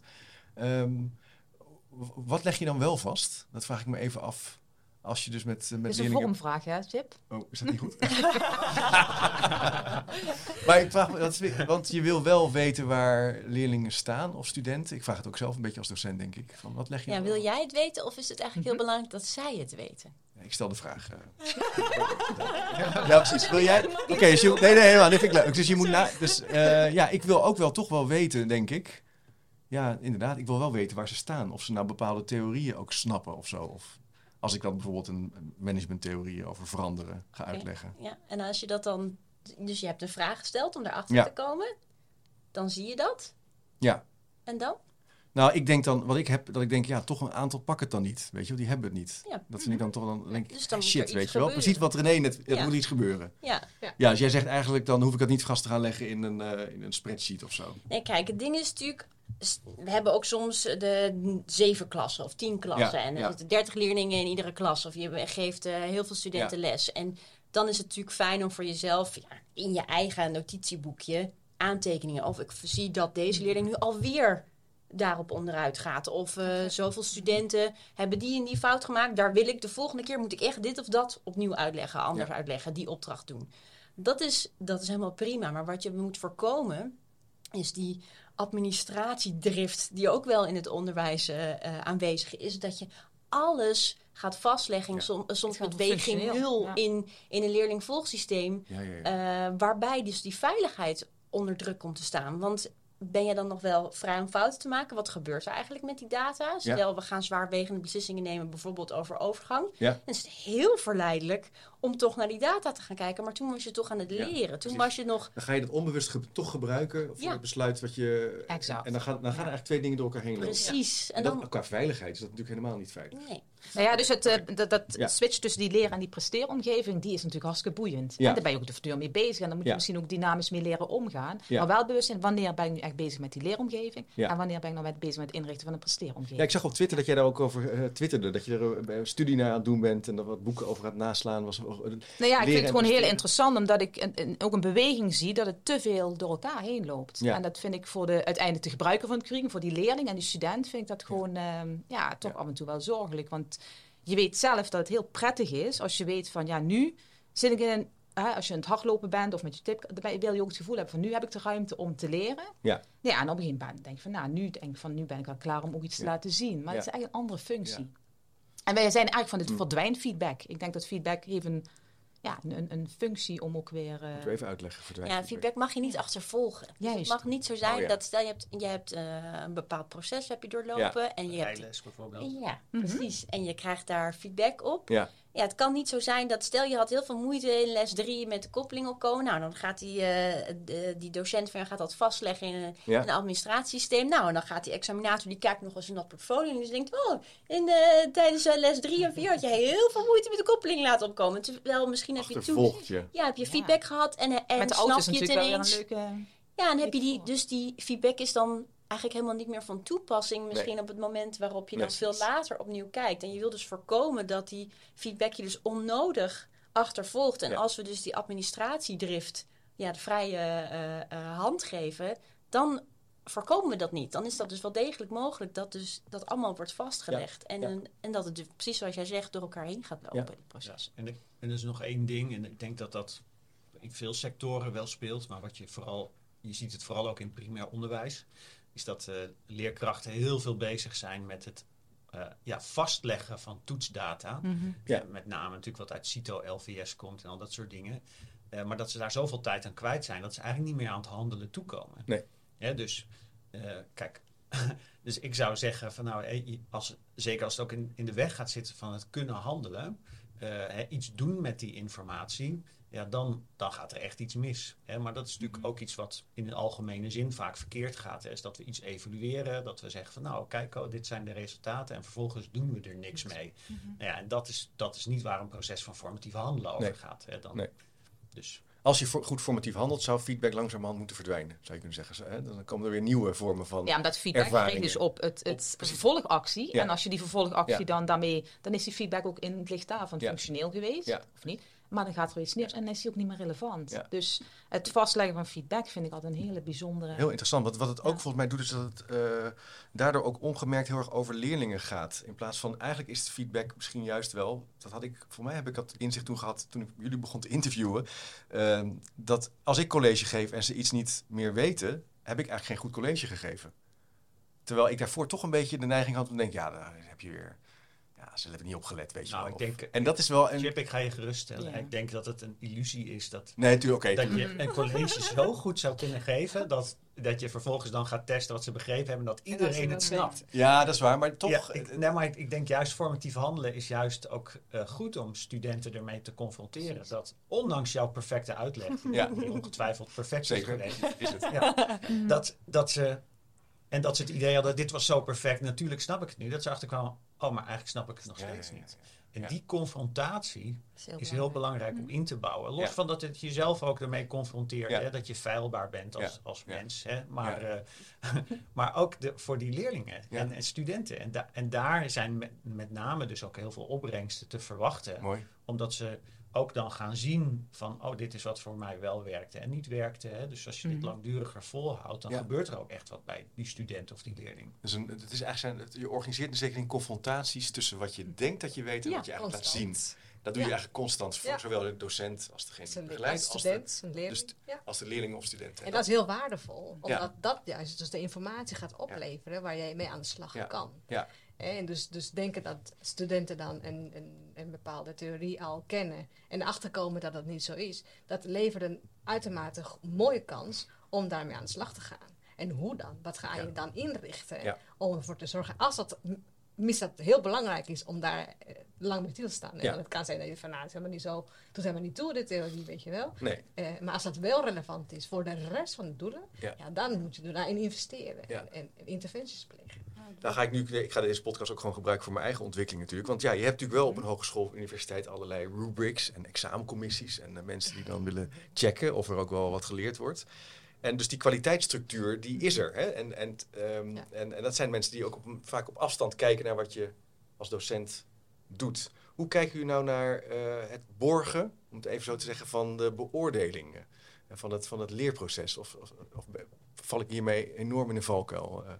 Um, wat leg je dan wel vast? Dat vraag ik me even af. Als je dus met, met Dat is een leerlingen... vormvraag, hè, Chip? Oh, is dat niet goed? Maar ik vraag me, dat is- want je wil wel weten waar leerlingen staan of studenten. Ik vraag het ook zelf een beetje als docent, denk ik. Van, wat leg je Ja, dan wil wel? jij het weten of is het eigenlijk heel belangrijk dat zij het weten? Ja, ik stel de vraag. eh. Ja, precies. Wil jij? Oké, dus je... nee, nee, helemaal. Dit vind ik leuk. Dus je moet na. Dus uh, ja, ik wil ook wel toch wel weten, denk ik. Ja, inderdaad. Ik wil wel weten waar ze staan. Of ze nou bepaalde theorieën ook snappen of zo. Of als ik dan bijvoorbeeld een managementtheorie over veranderen ga Oké. uitleggen. Ja, en als je dat dan... Dus je hebt een vraag gesteld om daarachter Ja. te komen. Dan zie je dat. Ja. En dan? Nou, ik denk dan, wat ik heb, dat ik denk, ja, toch een aantal pakken het dan niet. Weet je wel, die hebben het niet. Ja. Dat vind ik dan toch dan, denk ik, Dus dan moet er shit, iets weet je wel. gebeuren. Precies wat René net, er Ja. moet iets gebeuren. Ja. Ja, dus jij zegt eigenlijk, dan hoef ik het niet vast te gaan leggen in een, uh, in een spreadsheet of zo. Nee, kijk, het ding is natuurlijk... We hebben ook soms de zeven klassen of tien klassen. Ja, en er ja. zitten dertig leerlingen in iedere klas. Of je geeft uh, heel veel studenten Ja. les. En dan is het natuurlijk fijn om voor jezelf... Ja, in je eigen notitieboekje aantekeningen. Of ik zie dat deze leerling nu alweer daarop onderuit gaat. Of uh, zoveel studenten hebben die en die fout gemaakt. Daar wil ik de volgende keer moet ik echt dit of dat opnieuw uitleggen. Anders ja. uitleggen, die opdracht doen. Dat is, dat is helemaal prima. Maar wat je moet voorkomen is die administratiedrift die ook wel in het onderwijs uh, uh, aanwezig is. Dat je alles gaat vastleggen. Ja. Som, soms met weging nul ja. in, in een leerlingvolgsysteem. Ja, ja, ja. Uh, waarbij dus die veiligheid onder druk komt te staan. Want ben je dan nog wel vrij om fouten te maken? Wat gebeurt er eigenlijk met die data? Stel, ja. we gaan zwaarwegende beslissingen nemen, bijvoorbeeld over overgang. Ja. Dan is het heel verleidelijk om toch naar die data te gaan kijken. Maar toen was je toch aan het leren. Ja, toen precies. was je nog... Dan ga je dat onbewust ge- toch gebruiken voor ja. het besluit wat je... Exact. En dan gaan, dan gaan er eigenlijk twee dingen door elkaar heen lopen. Precies. Ja. En, en dan... Qua veiligheid is dat natuurlijk helemaal niet veilig. Nee. Nou ja, dus het, uh, dat, dat ja. switch tussen die leren en die presteeromgeving, die is natuurlijk hartstikke boeiend. Ja. En daar ben je ook de voortdurend mee bezig. En dan moet je ja. misschien ook dynamisch mee leren omgaan. Ja. Maar wel bewust zijn, wanneer ben ik nu echt bezig met die leeromgeving? Ja. En wanneer ben ik nou met bezig met het inrichten van een presteeromgeving? Ja, ik zag op Twitter dat jij daar ook over uh, twitterde. Dat je er uh, een studie naar aan het doen bent en er wat boeken over gaat naslaan. Was, uh, nou ja, ik vind het gewoon heel interessant, omdat ik een, een, ook een beweging zie dat het te veel door elkaar heen loopt. Ja. En dat vind ik voor de uiteindelijk de gebruiker van het curriculum, voor die leerling en die student, vind ik dat gewoon uh, ja, toch ja. af en toe wel zorgelijk. Want je weet zelf dat het heel prettig is als je weet van ja, nu zit ik in een, hè, als je aan het hardlopen bent of met je tip, dan wil je ook het gevoel hebben van nu heb ik de ruimte om te leren. Ja. Ja, en op een gegeven moment denk je van nou, nu denk ik van nu ben ik al klaar om ook iets te ja. laten zien. Maar ja. het is eigenlijk een andere functie. Ja. En wij zijn eigenlijk van dit hm. verdwijnt feedback. Ik denk dat feedback heeft een Ja, een, een functie om ook weer... Uh... Moeten we even uitleggen. Verdwijnt ja, feedback mag je niet achtervolgen. Dus het mag niet zo zijn oh, ja. dat... Stel, je hebt, je hebt uh, een bepaald proces heb je doorlopen. Ja. En je hebt rijles bijvoorbeeld. Ja, mm-hmm. precies. En je krijgt daar feedback op. Ja. Ja, het kan niet zo zijn dat... Stel, je had heel veel moeite in les drie met de koppeling opkomen. Nou, dan gaat die, uh, de, die docent van je gaat dat vastleggen in een, ja. een administratiesysteem. Nou, en dan gaat die examinator, die kijkt nog eens in dat portfolio. En die denkt, oh, in de, tijdens uh, les drie en vier had je heel veel moeite met de koppeling laten opkomen. Terwijl misschien heb je toen... Je. Ja, heb je feedback ja. gehad en, en met de snap is je het ineens. Wel een leuke... Ja, en heb je die... Dus die feedback is dan eigenlijk helemaal niet meer van toepassing. Misschien nee. op het moment waarop je nee, dan veel later opnieuw kijkt. En je wil dus voorkomen dat die feedback je dus onnodig achtervolgt. En ja. als we dus die administratiedrift ja, de vrije uh, uh, hand geven, dan voorkomen we dat niet. Dan is dat dus wel degelijk mogelijk dat dus dat allemaal wordt vastgelegd. Ja. En, ja. en, en dat het dus, precies zoals jij zegt, door elkaar heen gaat lopen, ja. die proces. Ja. En, ik, en er is nog één ding, en ik denk dat dat in veel sectoren wel speelt, maar wat je vooral, je ziet het vooral ook in primair onderwijs, is dat uh, leerkrachten heel veel bezig zijn met het uh, ja, vastleggen van toetsdata. Mm-hmm. Ja. Uh, met name natuurlijk wat uit CITO, L V S komt en al dat soort dingen. Uh, maar dat ze daar zoveel tijd aan kwijt zijn, dat ze eigenlijk niet meer aan het handelen toekomen. Nee. Ja, dus, uh, kijk, dus ik zou zeggen van nou, als, zeker als het ook in, in de weg gaat zitten van het kunnen handelen, uh, hè, iets doen met die informatie, ja, dan, dan gaat er echt iets mis. Hè? Maar dat is natuurlijk mm-hmm. ook iets wat in de algemene zin vaak verkeerd gaat. Hè? Is dat we iets evalueren, dat we zeggen van nou, kijk, oh, dit zijn de resultaten en vervolgens doen we er niks mee. Mm-hmm. Ja, en dat is, dat is niet waar een proces van formatief handelen over nee. gaat. Hè? Dan, nee. Dus... Als je goed formatief handelt, zou feedback langzamerhand moeten verdwijnen, zou je kunnen zeggen. Hè? Dan komen er weer nieuwe vormen van Ja, omdat feedback ervaringen. richt dus op het, het op, vervolgactie. Ja. En als je die vervolgactie ja. dan daarmee, dan is die feedback ook in het licht daarvan ja. functioneel geweest, ja. of niet? Maar dan gaat er iets neer en dan is die ook niet meer relevant. Ja. Dus het vastleggen van feedback vind ik altijd een hele bijzondere... Heel interessant, want wat het ook ja. volgens mij doet, is dat het uh, daardoor ook ongemerkt heel erg over leerlingen gaat. In plaats van, eigenlijk is het feedback misschien juist wel, dat had ik, voor mij heb ik dat inzicht toen gehad toen ik jullie begon te interviewen, uh, dat als ik college geef en ze iets niet meer weten, heb ik eigenlijk geen goed college gegeven. Terwijl ik daarvoor toch een beetje de neiging had om te denken, ja, daar heb je weer... Ja, ze hebben niet opgelet, weet je nou, wel. Ik denk, en dat is wel... Een... Chip, ik ga je geruststellen. Ja. Ik denk dat het een illusie is dat, nee, tuurlijk, okay. dat je een college zo goed zou kunnen geven, dat, dat je vervolgens dan gaat testen wat ze begrepen hebben, dat iedereen het snapt. Ja, dat is waar, maar toch... Ja, ik, nee, maar ik, ik denk juist formatief handelen is juist ook uh, goed om studenten ermee te confronteren. Precies. Dat ondanks jouw perfecte uitleg, ja. die ongetwijfeld perfect is geweest, is het. Ja, dat, dat ze... En dat ze het idee hadden, dit was zo perfect, natuurlijk snap ik het nu. Dat ze achterkwamen, oh, maar eigenlijk snap ik het nog steeds ja, ja, ja, ja. niet. En ja. die confrontatie is heel, is heel belangrijk mm. om in te bouwen. Los ja. van dat het jezelf ook ermee confronteert, ja. hè, dat je feilbaar bent als, ja. als ja. mens. Hè, maar, ja. uh, maar ook de, voor die leerlingen ja. en, en studenten. En, da- en daar zijn met, met name dus ook heel veel opbrengsten te verwachten. Mooi. Omdat ze ook dan gaan zien van, oh, dit is wat voor mij wel werkte en niet werkte. Hè? Dus als je dit Mhm. langduriger volhoudt, dan Ja. gebeurt er ook echt wat bij die student of die leerling. Dus een, het is eigenlijk zijn, het- je organiseert een zekere confrontaties tussen wat je denkt dat je weet en Ja, wat je eigenlijk laat zien. Constant. Dat doe je Ja. eigenlijk constant voor Ja. zowel de docent als degene die Zijn begeleidt, als als de, student, een leerling. dus- ja. als de leerling of student. En dat is heel waardevol, Ja. omdat dat juist dus de informatie gaat opleveren waar jij mee aan de slag Ja. kan. Ja. En dus, dus denken dat studenten dan een, een, een bepaalde theorie al kennen en achterkomen dat dat niet zo is, dat levert een uitermate g- mooie kans om daarmee aan de slag te gaan. En hoe dan? Wat ga je Ja. dan inrichten Ja. om ervoor te zorgen, als dat m- mis dat heel belangrijk is om daar eh, lang mee stil te staan. Ja. En het kan zijn dat je van, nou, het is helemaal niet zo, doet helemaal niet toe, de theorie, weet je wel. Nee. Eh, maar als dat wel relevant is voor de rest van de doelen, Ja. ja. dan moet je er daarin investeren Ja. en, en, en interventies plegen. Dan ga ik nu, ik ga deze podcast ook gewoon gebruiken voor mijn eigen ontwikkeling natuurlijk. Want ja, je hebt natuurlijk wel op een hogeschool of universiteit allerlei rubrics en examencommissies en uh, mensen die dan willen checken of er ook wel wat geleerd wordt. En dus die kwaliteitsstructuur, die is er. Hè? En, en, um, Ja. en, en dat zijn mensen die ook op, vaak op afstand kijken naar wat je als docent doet. Hoe kijken jullie nou naar uh, het borgen, om het even zo te zeggen, van de beoordelingen? En van het, van het leerproces? Of, of, of val ik hiermee enorm in een valkuil? Uh,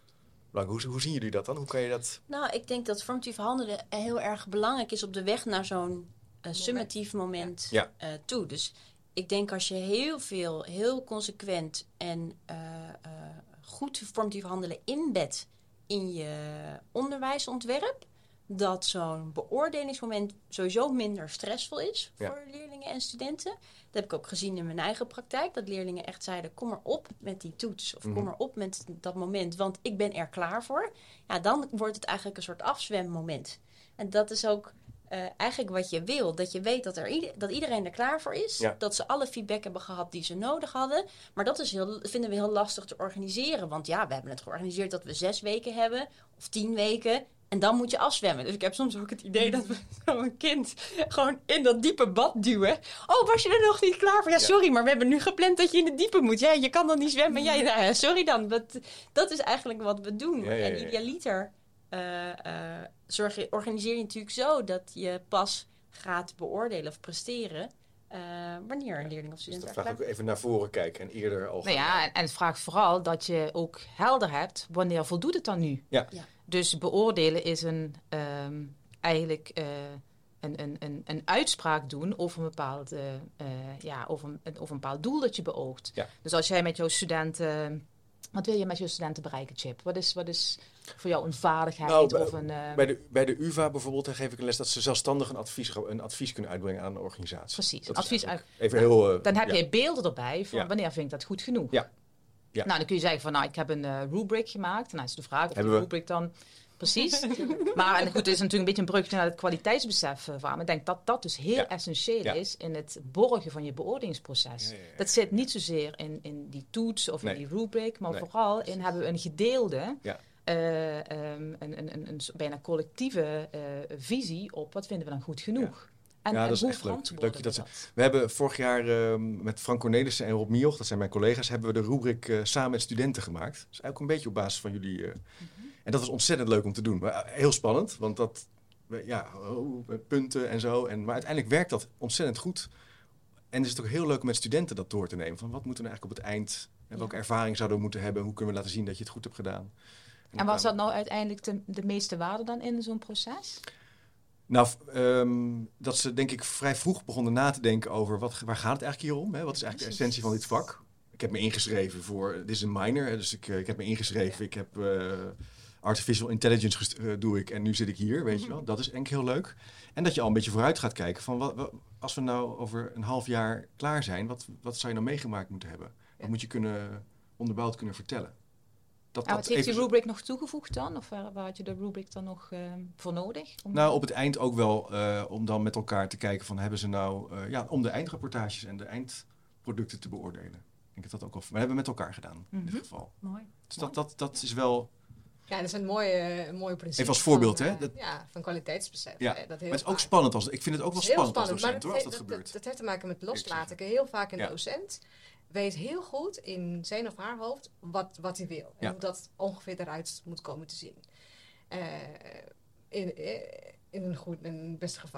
Hoe, hoe zien jullie dat dan? Hoe kan je dat... Nou, ik denk dat formatief handelen heel erg belangrijk is op de weg naar zo'n uh, summatief moment ja. uh, toe. Dus ik denk als je heel veel, heel consequent en uh, uh, goed formatief handelen inbedt in je onderwijsontwerp, dat zo'n beoordelingsmoment sowieso minder stressvol is voor ja. leerlingen en studenten. Dat heb ik ook gezien in mijn eigen praktijk. Dat leerlingen echt zeiden, kom maar op met die toets. Of mm-hmm. kom maar op met dat moment, want ik ben er klaar voor. Ja, dan wordt het eigenlijk een soort afzwemmoment. En dat is ook uh, eigenlijk wat je wil. Dat je weet dat, er ieder, dat iedereen er klaar voor is. Ja. Dat ze alle feedback hebben gehad die ze nodig hadden. Maar dat is heel, vinden we heel lastig te organiseren. Want ja, we hebben het georganiseerd dat we zes weken hebben. Of tien weken. En dan moet je afzwemmen. Dus ik heb soms ook het idee dat we zo'n kind gewoon in dat diepe bad duwen. Oh, was je er nog niet klaar voor? Ja, sorry, ja. maar we hebben nu gepland dat je in het diepe moet. Ja, je kan dan niet zwemmen. Ja, nou, sorry dan. Dat, dat is eigenlijk wat we doen. Ja, ja, ja, ja. En idealiter uh, uh, zorg je, organiseer je natuurlijk zo dat je pas gaat beoordelen of presteren. Uh, wanneer een leerling of student dus dat vraagt ook even naar voren kijken en eerder al. Nou ja, en, en het vraagt vooral dat je ook helder hebt wanneer voldoet het dan nu. Ja. ja. Dus beoordelen is een, um, eigenlijk uh, een, een, een, een uitspraak doen over een bepaald, uh, uh, ja, over een, over een bepaald doel dat je beoogt. Ja. Dus als jij met jouw studenten, wat wil je met jouw studenten bereiken, Chip? Wat is, wat is voor jou een vaardigheid? Nou, bij, of een, uh... bij, de, bij de U vA bijvoorbeeld geef ik een les dat ze zelfstandig een advies, een advies kunnen uitbrengen aan een organisatie. Precies. Dat advies uit... Even heel, uh, dan heb ja. je beelden erbij van ja. wanneer vind ik dat goed genoeg. Ja. Ja. Nou, dan kun je zeggen van, nou, ik heb een uh, rubric gemaakt. Nou, is de vraag of Hebben die we. rubric dan... Precies. Maar en goed, het is natuurlijk een beetje een brugje naar het kwaliteitsbesef uh, van. Maar ik denk dat dat dus heel ja. essentieel ja. is in het borgen van je beoordelingsproces. Ja, ja, ja. Dat zit niet zozeer in, in die toets of nee. in die rubric, maar nee. vooral in hebben we een gedeelde, ja. uh, um, een, een, een, een bijna collectieve uh, visie op wat vinden we dan goed genoeg. Ja. En, ja, en dat is hoe echt leuk. leuk je dat dat? We hebben vorig jaar uh, met Frank Cornelissen en Rob Mioch, dat zijn mijn collega's, hebben we de rubric uh, samen met studenten gemaakt. Dus eigenlijk een beetje op basis van jullie... Uh, mm-hmm. En dat was ontzettend leuk om te doen. Maar heel spannend, want dat... Ja, oh, punten en zo. En, maar uiteindelijk werkt dat ontzettend goed. En is het ook heel leuk om met studenten dat door te nemen. Van wat moeten we eigenlijk op het eind... En ja. welke ervaring zouden we moeten hebben? Hoe kunnen we laten zien dat je het goed hebt gedaan? En, en was dat nou uiteindelijk de, de meeste waarde dan in zo'n proces? Nou, um, dat ze denk ik vrij vroeg begonnen na te denken over... Wat, waar gaat het eigenlijk hier om? Hè? Wat is eigenlijk de essentie van dit vak? Ik heb me ingeschreven voor... Dit is een minor, dus ik, ik heb me ingeschreven. Ja. Ik heb... Uh, Artificial intelligence gest- uh, doe ik en nu zit ik hier, weet je wel. Dat is denk ik heel leuk. En dat je al een beetje vooruit gaat kijken van... Wat, wat, als we nou over een half jaar klaar zijn... wat, wat zou je nou meegemaakt moeten hebben? Ja. Wat moet je kunnen onderbouwd kunnen vertellen? Dat, en wat dat heeft even... die rubric nog toegevoegd dan? Of waar, waar had je de rubric dan nog uh, voor nodig? Om... Nou, op het eind ook wel uh, om dan met elkaar te kijken van... hebben ze nou... Uh, ja, om de eindrapportages en de eindproducten te beoordelen. Ik denk dat dat ook al... We hebben met elkaar gedaan, mm-hmm. in dit geval. Mooi. Dus dat, dat, dat is wel... Ja, dat is een mooie, een mooie principe. Even als voorbeeld, van, hè? uh, Dat... Ja, van kwaliteitsbesef. Ja, hè, dat maar het is ook spannend. Als, ik vind het ook wel spannend, spannend als docent, hoor, als dat, dat, dat gebeurt. Dat, dat heeft te maken met loslaten. Ik heel vaak een ja. docent weet heel goed in zijn of haar hoofd wat, wat hij wil. En ja. hoe dat ongeveer eruit moet komen te zien. Uh, in, in, een goed, in het beste geval.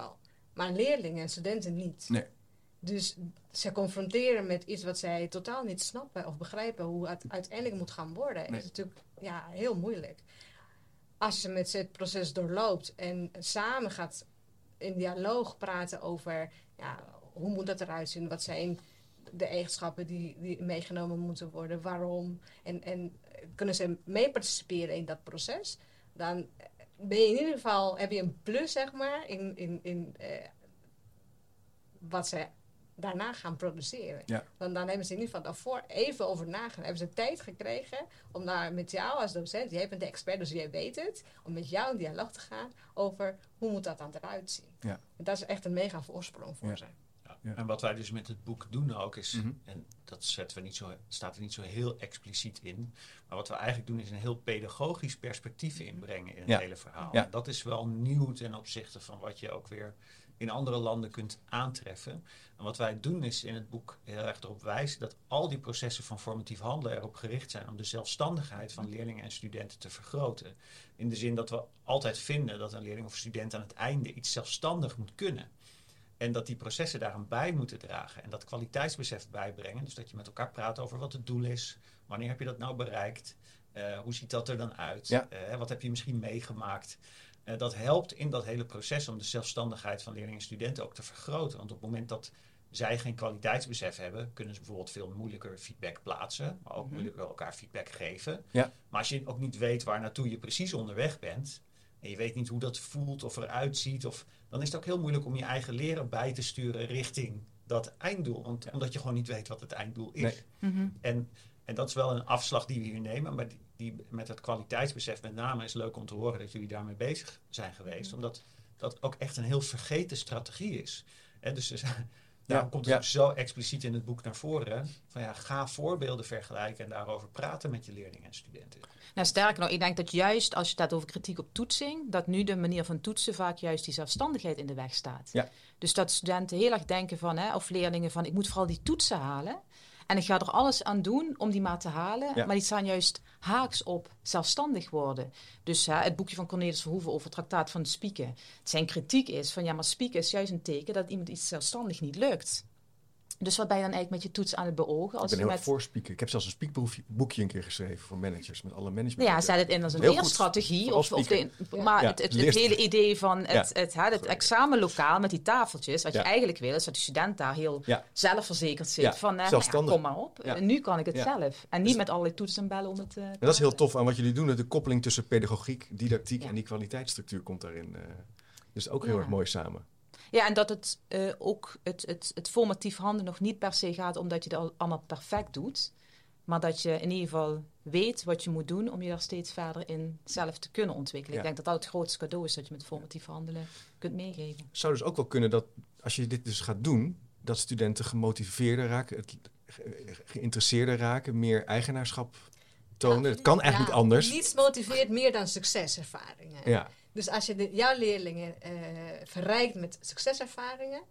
Maar leerlingen en studenten niet. Nee. Dus ze confronteren met iets wat zij totaal niet snappen of begrijpen hoe het uiteindelijk moet gaan worden. Nee. Is natuurlijk ja, heel moeilijk. Als je met het proces doorloopt en samen gaat in dialoog praten over ja, hoe moet dat eruit zien, wat zijn de eigenschappen die, die meegenomen moeten worden, waarom, en, en kunnen ze mee participeren in dat proces, dan ben je in ieder geval, heb je een plus, zeg maar, in, in, in eh, wat ze daarna gaan produceren. Ja. Want dan hebben ze in ieder geval daarvoor even over nagedacht. Hebben ze tijd gekregen om daar met jou als docent, jij bent de expert, dus jij weet het, om met jou in dialoog te gaan over hoe moet dat dan eruit zien. Ja. En dat is echt een mega voorsprong voor Ja. ze. Ja. Ja. En wat wij dus met het boek doen ook is, Mm-hmm. en dat zetten we niet zo, staat er niet zo heel expliciet in, maar wat we eigenlijk doen is een heel pedagogisch perspectief inbrengen in het Ja. hele verhaal. Ja. En dat is wel nieuw ten opzichte van wat je ook weer in andere landen kunt aantreffen. En wat wij doen is in het boek heel erg erop wijzen dat al die processen van formatief handelen erop gericht zijn om de zelfstandigheid van leerlingen en studenten te vergroten. In de zin dat we altijd vinden dat een leerling of student aan het einde iets zelfstandig moet kunnen. En dat die processen daaraan bij moeten dragen. En dat kwaliteitsbesef bijbrengen. Dus dat je met elkaar praat over wat het doel is. Wanneer heb je dat nou bereikt? Uh, hoe ziet dat er dan uit? Ja. Uh, wat heb je misschien meegemaakt? Uh, dat helpt in dat hele proces om de zelfstandigheid van leerlingen en studenten ook te vergroten. Want op het moment dat zij geen kwaliteitsbesef hebben, kunnen ze bijvoorbeeld veel moeilijker feedback plaatsen. Maar ook Mm-hmm. moeilijker elkaar feedback geven. Ja. Maar als je ook niet weet waar naartoe je precies onderweg bent, en je weet niet hoe dat voelt of eruit ziet, of, dan is het ook heel moeilijk om je eigen leren bij te sturen richting dat einddoel. Want, Ja. Omdat je gewoon niet weet wat het einddoel is. Nee. Mm-hmm. En, en dat is wel een afslag die we hier nemen. Maar die, die met het kwaliteitsbesef met name is leuk om te horen dat jullie daarmee bezig zijn geweest. Omdat dat ook echt een heel vergeten strategie is. En dus dus daarom Ja, komt het ja. ook zo expliciet in het boek naar voren. Van ja, ga voorbeelden vergelijken en daarover praten met je leerlingen en studenten. Nou, sterker nog, ik denk dat juist als je het hebt over kritiek op toetsing, dat nu de manier van toetsen vaak juist die zelfstandigheid in de weg staat. Ja. Dus dat studenten heel erg denken van, hè, of leerlingen van, ik moet vooral die toetsen halen. En ik ga er alles aan doen om die maar te halen. Ja. Maar die staan juist haaks op zelfstandig worden. Dus hè, het boekje van Cornelis Verhoeven over het traktaat van het spieken. Zijn kritiek is van, ja, maar spieken is juist een teken dat iemand iets zelfstandig niet lukt. Dus wat ben je dan eigenlijk met je toets aan het beogen? Als ik ben heel je erg met... voor spieken. Ik heb zelfs een spiekboekje een keer geschreven voor managers met alle management. Nou ja, zet het in als een Heel goed. leerstrategie. Vooral Of, of de, Ja. maar Ja, het, het, het leerst- hele idee van het, Ja. het, het, het, het examenlokaal met die tafeltjes. Wat Ja. je eigenlijk wil, is dat de student daar heel Ja. zelfverzekerd zit. Ja, Van, eh, zelfstandig. ja, kom maar op. Ja. En nu kan ik het Ja. zelf. En niet Dus- met allerlei toetsen en bellen om het te En dat is heel tof aan wat jullie doen. De koppeling tussen pedagogiek, didactiek Ja. en die kwaliteitsstructuur komt daarin. eh, dus ook heel Ja. erg mooi samen. Ja, en dat het uh, ook het, het, het formatief handelen nog niet per se gaat omdat je het al allemaal perfect doet. Maar dat je in ieder geval weet wat je moet doen om je daar steeds verder in zelf te kunnen ontwikkelen. Ja. Ik denk dat dat het grootste cadeau is dat je met formatief handelen kunt meegeven. Zou dus ook wel kunnen dat als je dit dus gaat doen, dat studenten gemotiveerder raken, het, ge- geïnteresseerder raken, meer eigenaarschap tonen. Het kan eigenlijk Ja, niet anders. Niets motiveert meer dan succeservaringen. Ja, Dus als je de, jouw leerlingen eh, verrijkt met succeservaringen,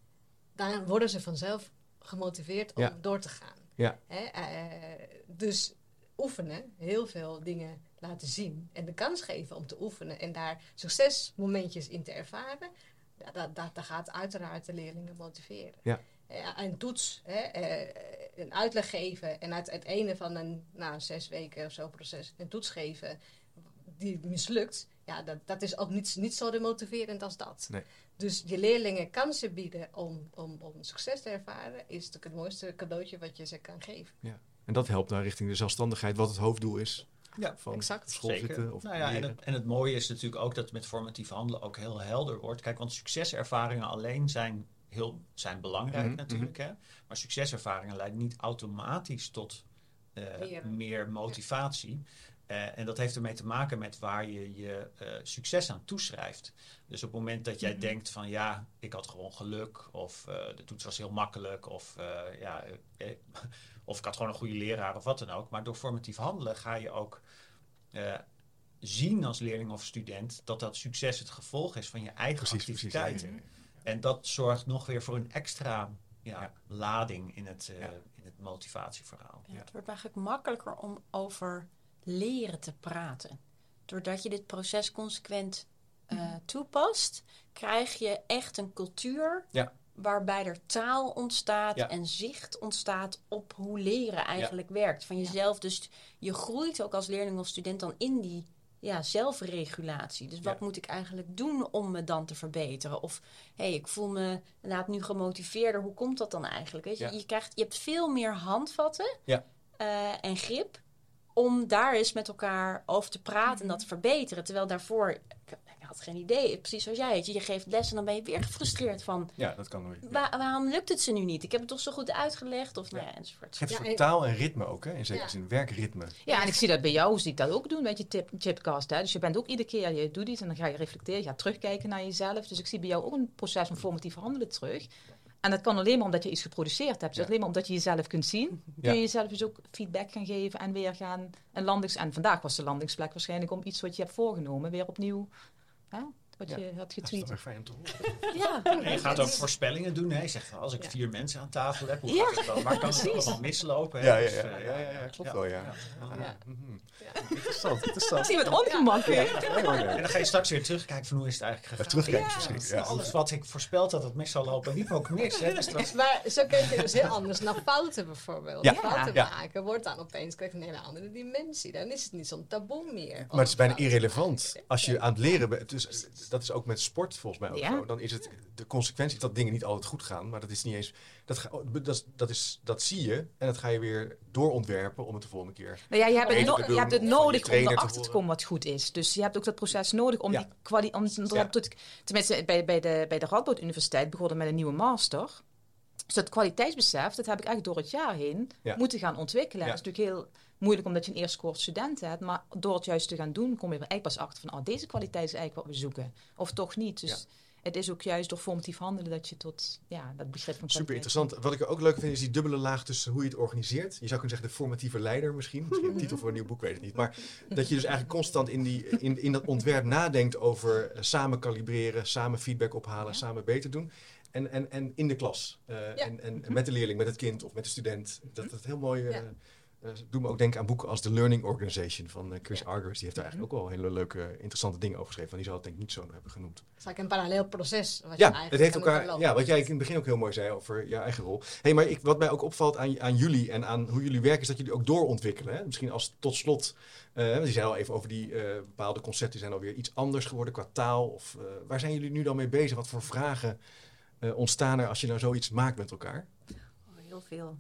dan worden ze vanzelf gemotiveerd om Ja. door te gaan. Ja. Hè? Eh, dus oefenen, heel veel dingen laten zien en de kans geven om te oefenen en daar succesmomentjes in te ervaren, dat, dat, dat, dat gaat uiteraard de leerlingen motiveren. Ja. Eh, een toets, hè, eh, een uitleg geven en uit het ene van een nou, zes weken of zo proces een toets geven die mislukt, ja, dat, dat is ook niet, niet zo demotiverend als dat. Nee. Dus je leerlingen kansen bieden om, om, om succes te ervaren, is natuurlijk het mooiste cadeautje wat je ze kan geven. en dat helpt dan richting de zelfstandigheid, wat het hoofddoel is Ja, van exact. school Zeker. zitten of nou ja, en, leren. het, en het mooie is natuurlijk ook dat het met formatief handelen ook heel helder wordt. Kijk, want succeservaringen alleen zijn, heel, zijn belangrijk Mhm, natuurlijk. Hè? Maar succeservaringen leiden niet automatisch tot uh, Leren. meer motivatie. Uh, en dat heeft ermee te maken met waar je je uh, succes aan toeschrijft. Dus op het moment dat jij Mhm. denkt van ja, ik had gewoon geluk. Of uh, de toets was heel makkelijk. Of, uh, ja, eh, of ik had gewoon een goede leraar of wat dan ook. Maar door formatief handelen ga je ook uh, zien als leerling of student dat dat succes het gevolg is van je eigen Precies, precies. Ja, activiteiten. ja, ja. En dat zorgt nog weer voor een extra ja, Ja. lading in het, uh, Ja. in het motivatieverhaal. Ja, het wordt eigenlijk makkelijker om over leren te praten. Doordat je dit proces consequent uh, toepast, krijg je echt een cultuur Ja. waarbij er taal ontstaat Ja. en zicht ontstaat op hoe leren eigenlijk werkt. Van jezelf. Dus je groeit ook als leerling of student dan in die ja, zelfregulatie. Dus wat Ja. moet ik eigenlijk doen om me dan te verbeteren? Of hé, hey, ik voel me inderdaad nu gemotiveerder. Hoe komt dat dan eigenlijk? Weet je, Ja. je, krijgt, je hebt veel meer handvatten Ja. uh, en grip om daar eens met elkaar over te praten en dat te verbeteren. Terwijl daarvoor, ik, ik had geen idee, precies zoals jij. Je geeft les en dan ben je weer gefrustreerd van, Ja, dat kan weer. Ja. waar, waarom lukt het ze nu niet? Ik heb het toch zo goed uitgelegd? Of nou ja, enzovoort. Het geeft een Ja, soort en- taal en ritme ook, hè? In zekere Ja. zin, werkritme. Ja, en ik zie dat bij jou, zie ik dat ook doen met je tip, chipcast. Hè? Dus je bent ook iedere keer, je doet iets en dan ga je reflecteren, je gaat terugkijken naar jezelf. Dus ik zie bij jou ook een proces van formatief handelen terug. En dat kan alleen maar omdat je iets geproduceerd hebt. Dus Ja. alleen maar omdat je jezelf kunt zien. Kun Ja. je jezelf dus ook feedback gaan geven en weer gaan een landings... En vandaag was de landingsplek waarschijnlijk om iets wat je hebt voorgenomen weer opnieuw, hè? Wat Ja. je had Dat is getweet. toch weer fijn om te horen. Ja, En je gaat ook voorspellingen doen. Hè? Je zegt van, als ik Ja. vier mensen aan tafel heb, hoe Ja, gaat het dan? Waar kan het precies. allemaal mislopen? Hè? Ja, ja, Dus, ja, eh, ja, ja, ja, klopt wel, ja. Ja. Mhm. Ja. Interessant, Ik interessant. zie met ongemak. hè? En dan ga je straks weer terugkijken van hoe is het eigenlijk gegaan. terugkijken Ja, misschien, ja. ja. Alles wat ik voorspeld had dat mis zou lopen, liep ook mis. Hè? Dus dat was... Maar zo kun je dus heel anders naar fouten bijvoorbeeld. Ja. Fouten Ja. maken wordt dan opeens krijgt een hele andere dimensie. Dan is het niet zo'n taboe meer. Maar het is bijna Om fouten te irrelevant. maken. Als je aan het leren bent, dus dat is ook met sport volgens mij ook Ja. zo. Dan is het de consequentie dat dingen niet altijd goed gaan. Maar dat is niet eens. Dat, ga- dat, is, dat, is, dat zie je en dat ga je weer doorontwerpen om het de volgende keer. Nou ja, je hebt het, Beter no- te je doen hebt het of van je nodig om trainer te erachter te horen. komen wat goed is. Dus je hebt ook dat proces nodig om Ja. die kwaliteit... Ja. Tenminste, bij, bij de, bij de Radboud Universiteit begonnen met een nieuwe master. Dus dat kwaliteitsbesef, dat heb ik eigenlijk door het jaar heen Ja. moeten gaan ontwikkelen. Ja. Dat is natuurlijk heel moeilijk omdat je een eerste cohort studenten hebt. Maar door het juist te gaan doen, kom je er eigenlijk pas achter van... Oh, deze kwaliteit is eigenlijk wat we zoeken. Of toch niet. Dus het is ook juist door formatief handelen dat je tot ja, dat begrip van Super kwaliteit interessant. Wat ik ook leuk vind is die dubbele laag tussen hoe je het organiseert. Je zou kunnen zeggen de formatieve leider misschien. Misschien een titel voor een nieuw boek, weet ik niet. Maar dat je dus eigenlijk constant in, die, in, in dat ontwerp nadenkt over eh, samen kalibreren, samen feedback ophalen, Ja. samen beter doen. En, en, en in de klas. Eh, en, en met de leerling, met het kind of met de student. Dat het heel mooi... eh Ja. eh, doet me ook denken aan boeken als The Learning Organization van eh, Chris Ja. Argyris. Die heeft daar eigenlijk ook wel hele leuke, interessante dingen over geschreven. Maar die zou het denk ik niet zo hebben genoemd. Het is eigenlijk een parallel proces. Wat je Ja, eigenlijk het heeft aan elkaar. doorlopen Ja, wat jij bent. in het begin ook heel mooi zei over je eigen rol. Hey, maar ik, wat mij ook opvalt aan, aan jullie en aan hoe jullie werken, is dat jullie ook doorontwikkelen. Hè? Misschien als tot slot. Uh, want je zei al even over die uh, bepaalde concepten zijn alweer iets anders geworden qua taal. Of, uh, waar zijn jullie nu dan mee bezig? Wat voor vragen uh, ontstaan er als je nou zoiets maakt met elkaar? Oh, heel veel.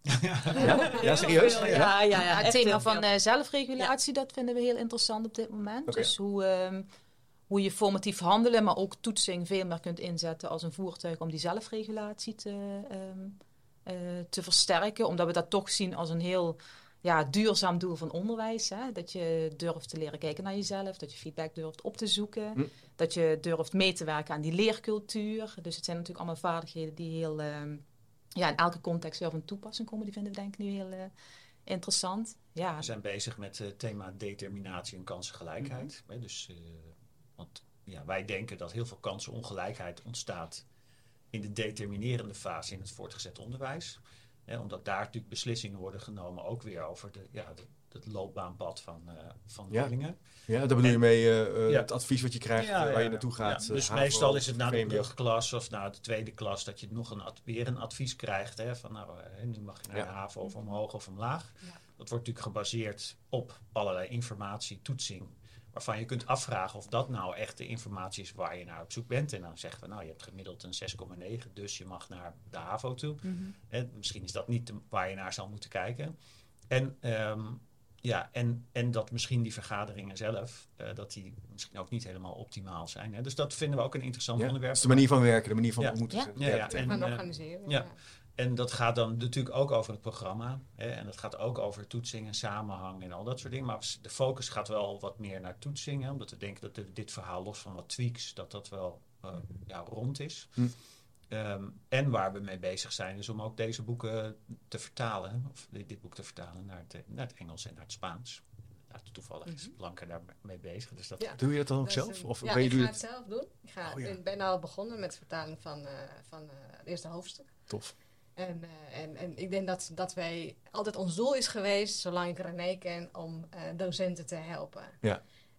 Ja, ja serieus? Ja, Ja. ja, ja, Ja, het echt thema heel van veel. uh, zelfregulatie, dat vinden we heel interessant op dit moment. Oké. Dus hoe, um, hoe je formatief handelen, maar ook toetsing veel meer kunt inzetten als een voertuig om die zelfregulatie te, um, uh, te versterken. Omdat we dat toch zien als een heel ja, duurzaam doel van onderwijs. Hè? Dat je durft te leren kijken naar jezelf, dat je feedback durft op te zoeken. Hm. Dat je durft mee te werken aan die leercultuur. Dus het zijn natuurlijk allemaal vaardigheden die heel... Um, ja, in elke context weer van toepassing komen. Die vinden we denk ik nu heel uh, interessant. Ja. We zijn bezig met het uh, thema determinatie en kansengelijkheid. Mm-hmm. Dus, uh, want ja, wij denken dat heel veel kansenongelijkheid ontstaat in de determinerende fase in het voortgezet onderwijs. Hè, omdat daar natuurlijk beslissingen worden genomen, ook weer over de, ja, de, het loopbaanpad van, uh, van Ja. leerlingen. Ja, daar bedoel je En- mee uh, uh, Ja. het advies wat je krijgt, Ja, uh, waar ja, je naartoe gaat. ja. uh, Dus HAVO, meestal is het na de V M B O. brugklas of na de tweede klas dat je nog een ad- weer een advies krijgt. Hè, van nou, hè, nu mag je naar Ja. de HAVO of omhoog of omlaag. Ja. Dat wordt natuurlijk gebaseerd op allerlei informatie, toetsing. Waarvan je kunt afvragen of dat nou echt de informatie is waar je naar op zoek bent. En dan zeggen we, nou je hebt gemiddeld een zes komma negen, dus je mag naar de HAVO toe. Mm-hmm. En misschien is dat niet de, waar je naar zou moeten kijken. En, um, ja, en, en dat misschien die vergaderingen zelf, uh, dat die misschien ook niet helemaal optimaal zijn. Hè. Dus dat vinden we ook een interessant Ja, onderwerp. dat is de manier van werken, de manier van Ja. ontmoeten. Ja. ze. Ja, ja, het- en, Van uh, organiseren. ja. Ja. En dat gaat dan natuurlijk ook over het programma. Hè, en dat gaat ook over toetsing en samenhang en al dat soort dingen. Maar de focus gaat wel wat meer naar toetsing. Hè, omdat we denken dat dit, dit verhaal los van wat tweaks, dat dat wel uh, ja, rond is. Hm. Um, en waar we mee bezig zijn is om ook deze boeken te vertalen. Of dit, dit boek te vertalen naar het, naar het Engels en naar het Spaans. Nou, toevallig is Mhm. Blanca daarmee bezig. Dus dat, Ja. Doe je dat dan ook Dat is zelf? een- Of ja, ben je, ik doe ga je het het? zelf doen. Ik ga, Oh, ja. Ik ben al begonnen met de vertaling van, uh, van uh, het eerste hoofdstuk. Tof. En, uh, en, en ik denk dat, dat wij altijd ons doel is geweest, zolang ik René ken, om uh, docenten te helpen. Ja.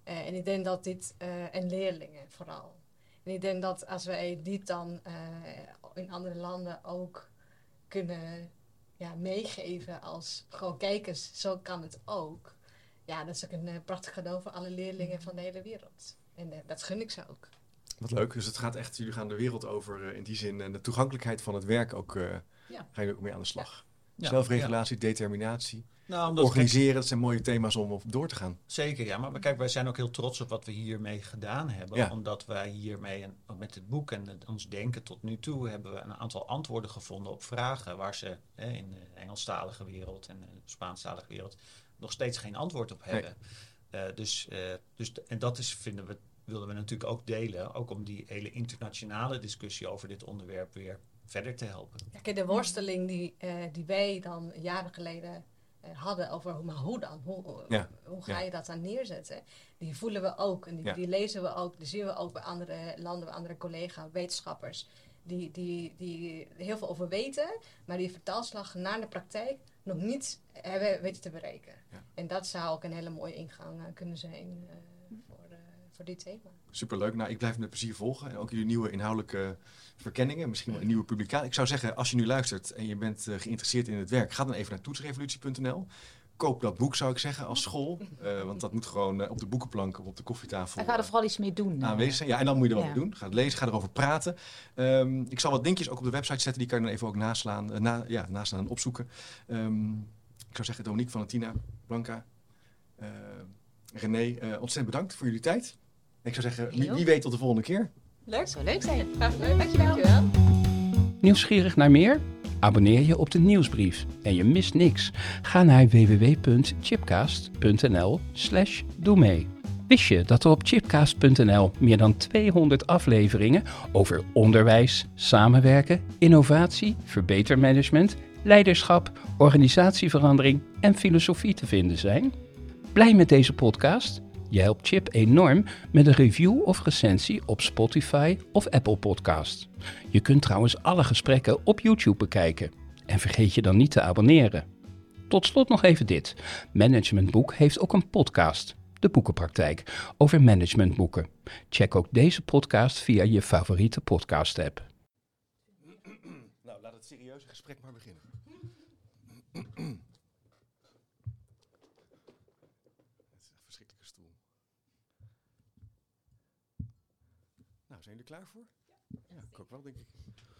Uh, en ik denk dat dit, uh, en leerlingen vooral. En ik denk dat als wij dit dan uh, in andere landen ook kunnen ja, meegeven als gewoon kijkers, zo kan het ook. Ja, dat is ook een uh, prachtig cadeau voor alle leerlingen van de hele wereld. En uh, dat gun ik ze ook. Wat leuk. Dus het gaat echt, jullie gaan de wereld over uh, in die zin. En de toegankelijkheid van het werk ook, uh, ja. Ga je ook mee aan de slag. Ja. Zelfregulatie, ja. determinatie. Nou, omdat organiseren, kijk, dat zijn mooie thema's om op door te gaan. Zeker, ja. Maar kijk, wij zijn ook heel trots op wat we hiermee gedaan hebben. Ja. Omdat wij hiermee, en met het boek en het, ons denken tot nu toe, hebben we een aantal antwoorden gevonden op vragen waar ze hè, in de Engelstalige wereld en de Spaanstalige wereld nog steeds geen antwoord op hebben. Nee. Uh, dus, uh, dus, en dat is, vinden we, willen we natuurlijk ook delen. Ook om die hele internationale discussie over dit onderwerp weer verder te helpen. Ja, kijk, de worsteling die, uh, die wij dan jaren geleden uh, hadden over maar hoe dan? Hoe, ja. hoe ga je ja. dat dan neerzetten? Die voelen we ook en die, ja. die lezen we ook. Die zien we ook bij andere landen, bij andere collega's, wetenschappers. Die, die, die heel veel over weten, maar die vertaalslag naar de praktijk nog niet hebben weten te bereiken. Ja. En dat zou ook een hele mooie ingang uh, kunnen zijn uh, voor, uh, voor dit thema. Superleuk. Nou, ik blijf met plezier volgen. En ook jullie nieuwe inhoudelijke verkenningen. Misschien wel een nieuwe publicatie. Ik zou zeggen, als je nu luistert en je bent uh, geïnteresseerd in het werk, ga dan even naar toetsrevolutie punt n l. Koop dat boek, zou ik zeggen, als school. Uh, want dat moet gewoon uh, op de boekenplank of op de koffietafel En ga er vooral iets mee doen. Aanwezig zijn. Ja, en dan moet je er wat ja. mee doen. Ga het lezen, ga erover praten. Um, ik zal wat linkjes ook op de website zetten. Die kan je dan even ook naslaan, uh, na, ja, naslaan en opzoeken. Um, ik zou zeggen, Dominique, Valentina, Blanca, uh, René, uh, ontzettend bedankt voor jullie tijd. Ik zou zeggen, wie, wie weet tot de volgende keer. Leuk, zou leuk zijn. Graag leuk. Dankjewel. Dankjewel. Nieuwsgierig naar meer? Abonneer je op de nieuwsbrief en je mist niks. Ga naar w w w punt chipcast punt n l slash doe mee. Wist je dat er op chipcast punt n l meer dan tweehonderd afleveringen over onderwijs, samenwerken, innovatie, verbetermanagement, leiderschap, organisatieverandering en filosofie te vinden zijn? Blij met deze podcast? Je helpt Chip enorm met een review of recensie op Spotify of Apple Podcasts. Je kunt trouwens alle gesprekken op YouTube bekijken. En vergeet je dan niet te abonneren. Tot slot nog even dit. Managementboek heeft ook een podcast, De Boekenpraktijk, over managementboeken. Check ook deze podcast via je favoriete podcast-app. Nou, laat het serieuze gesprek maar beginnen. Zijn jullie klaar voor? Ja, ik ook wel, denk ik.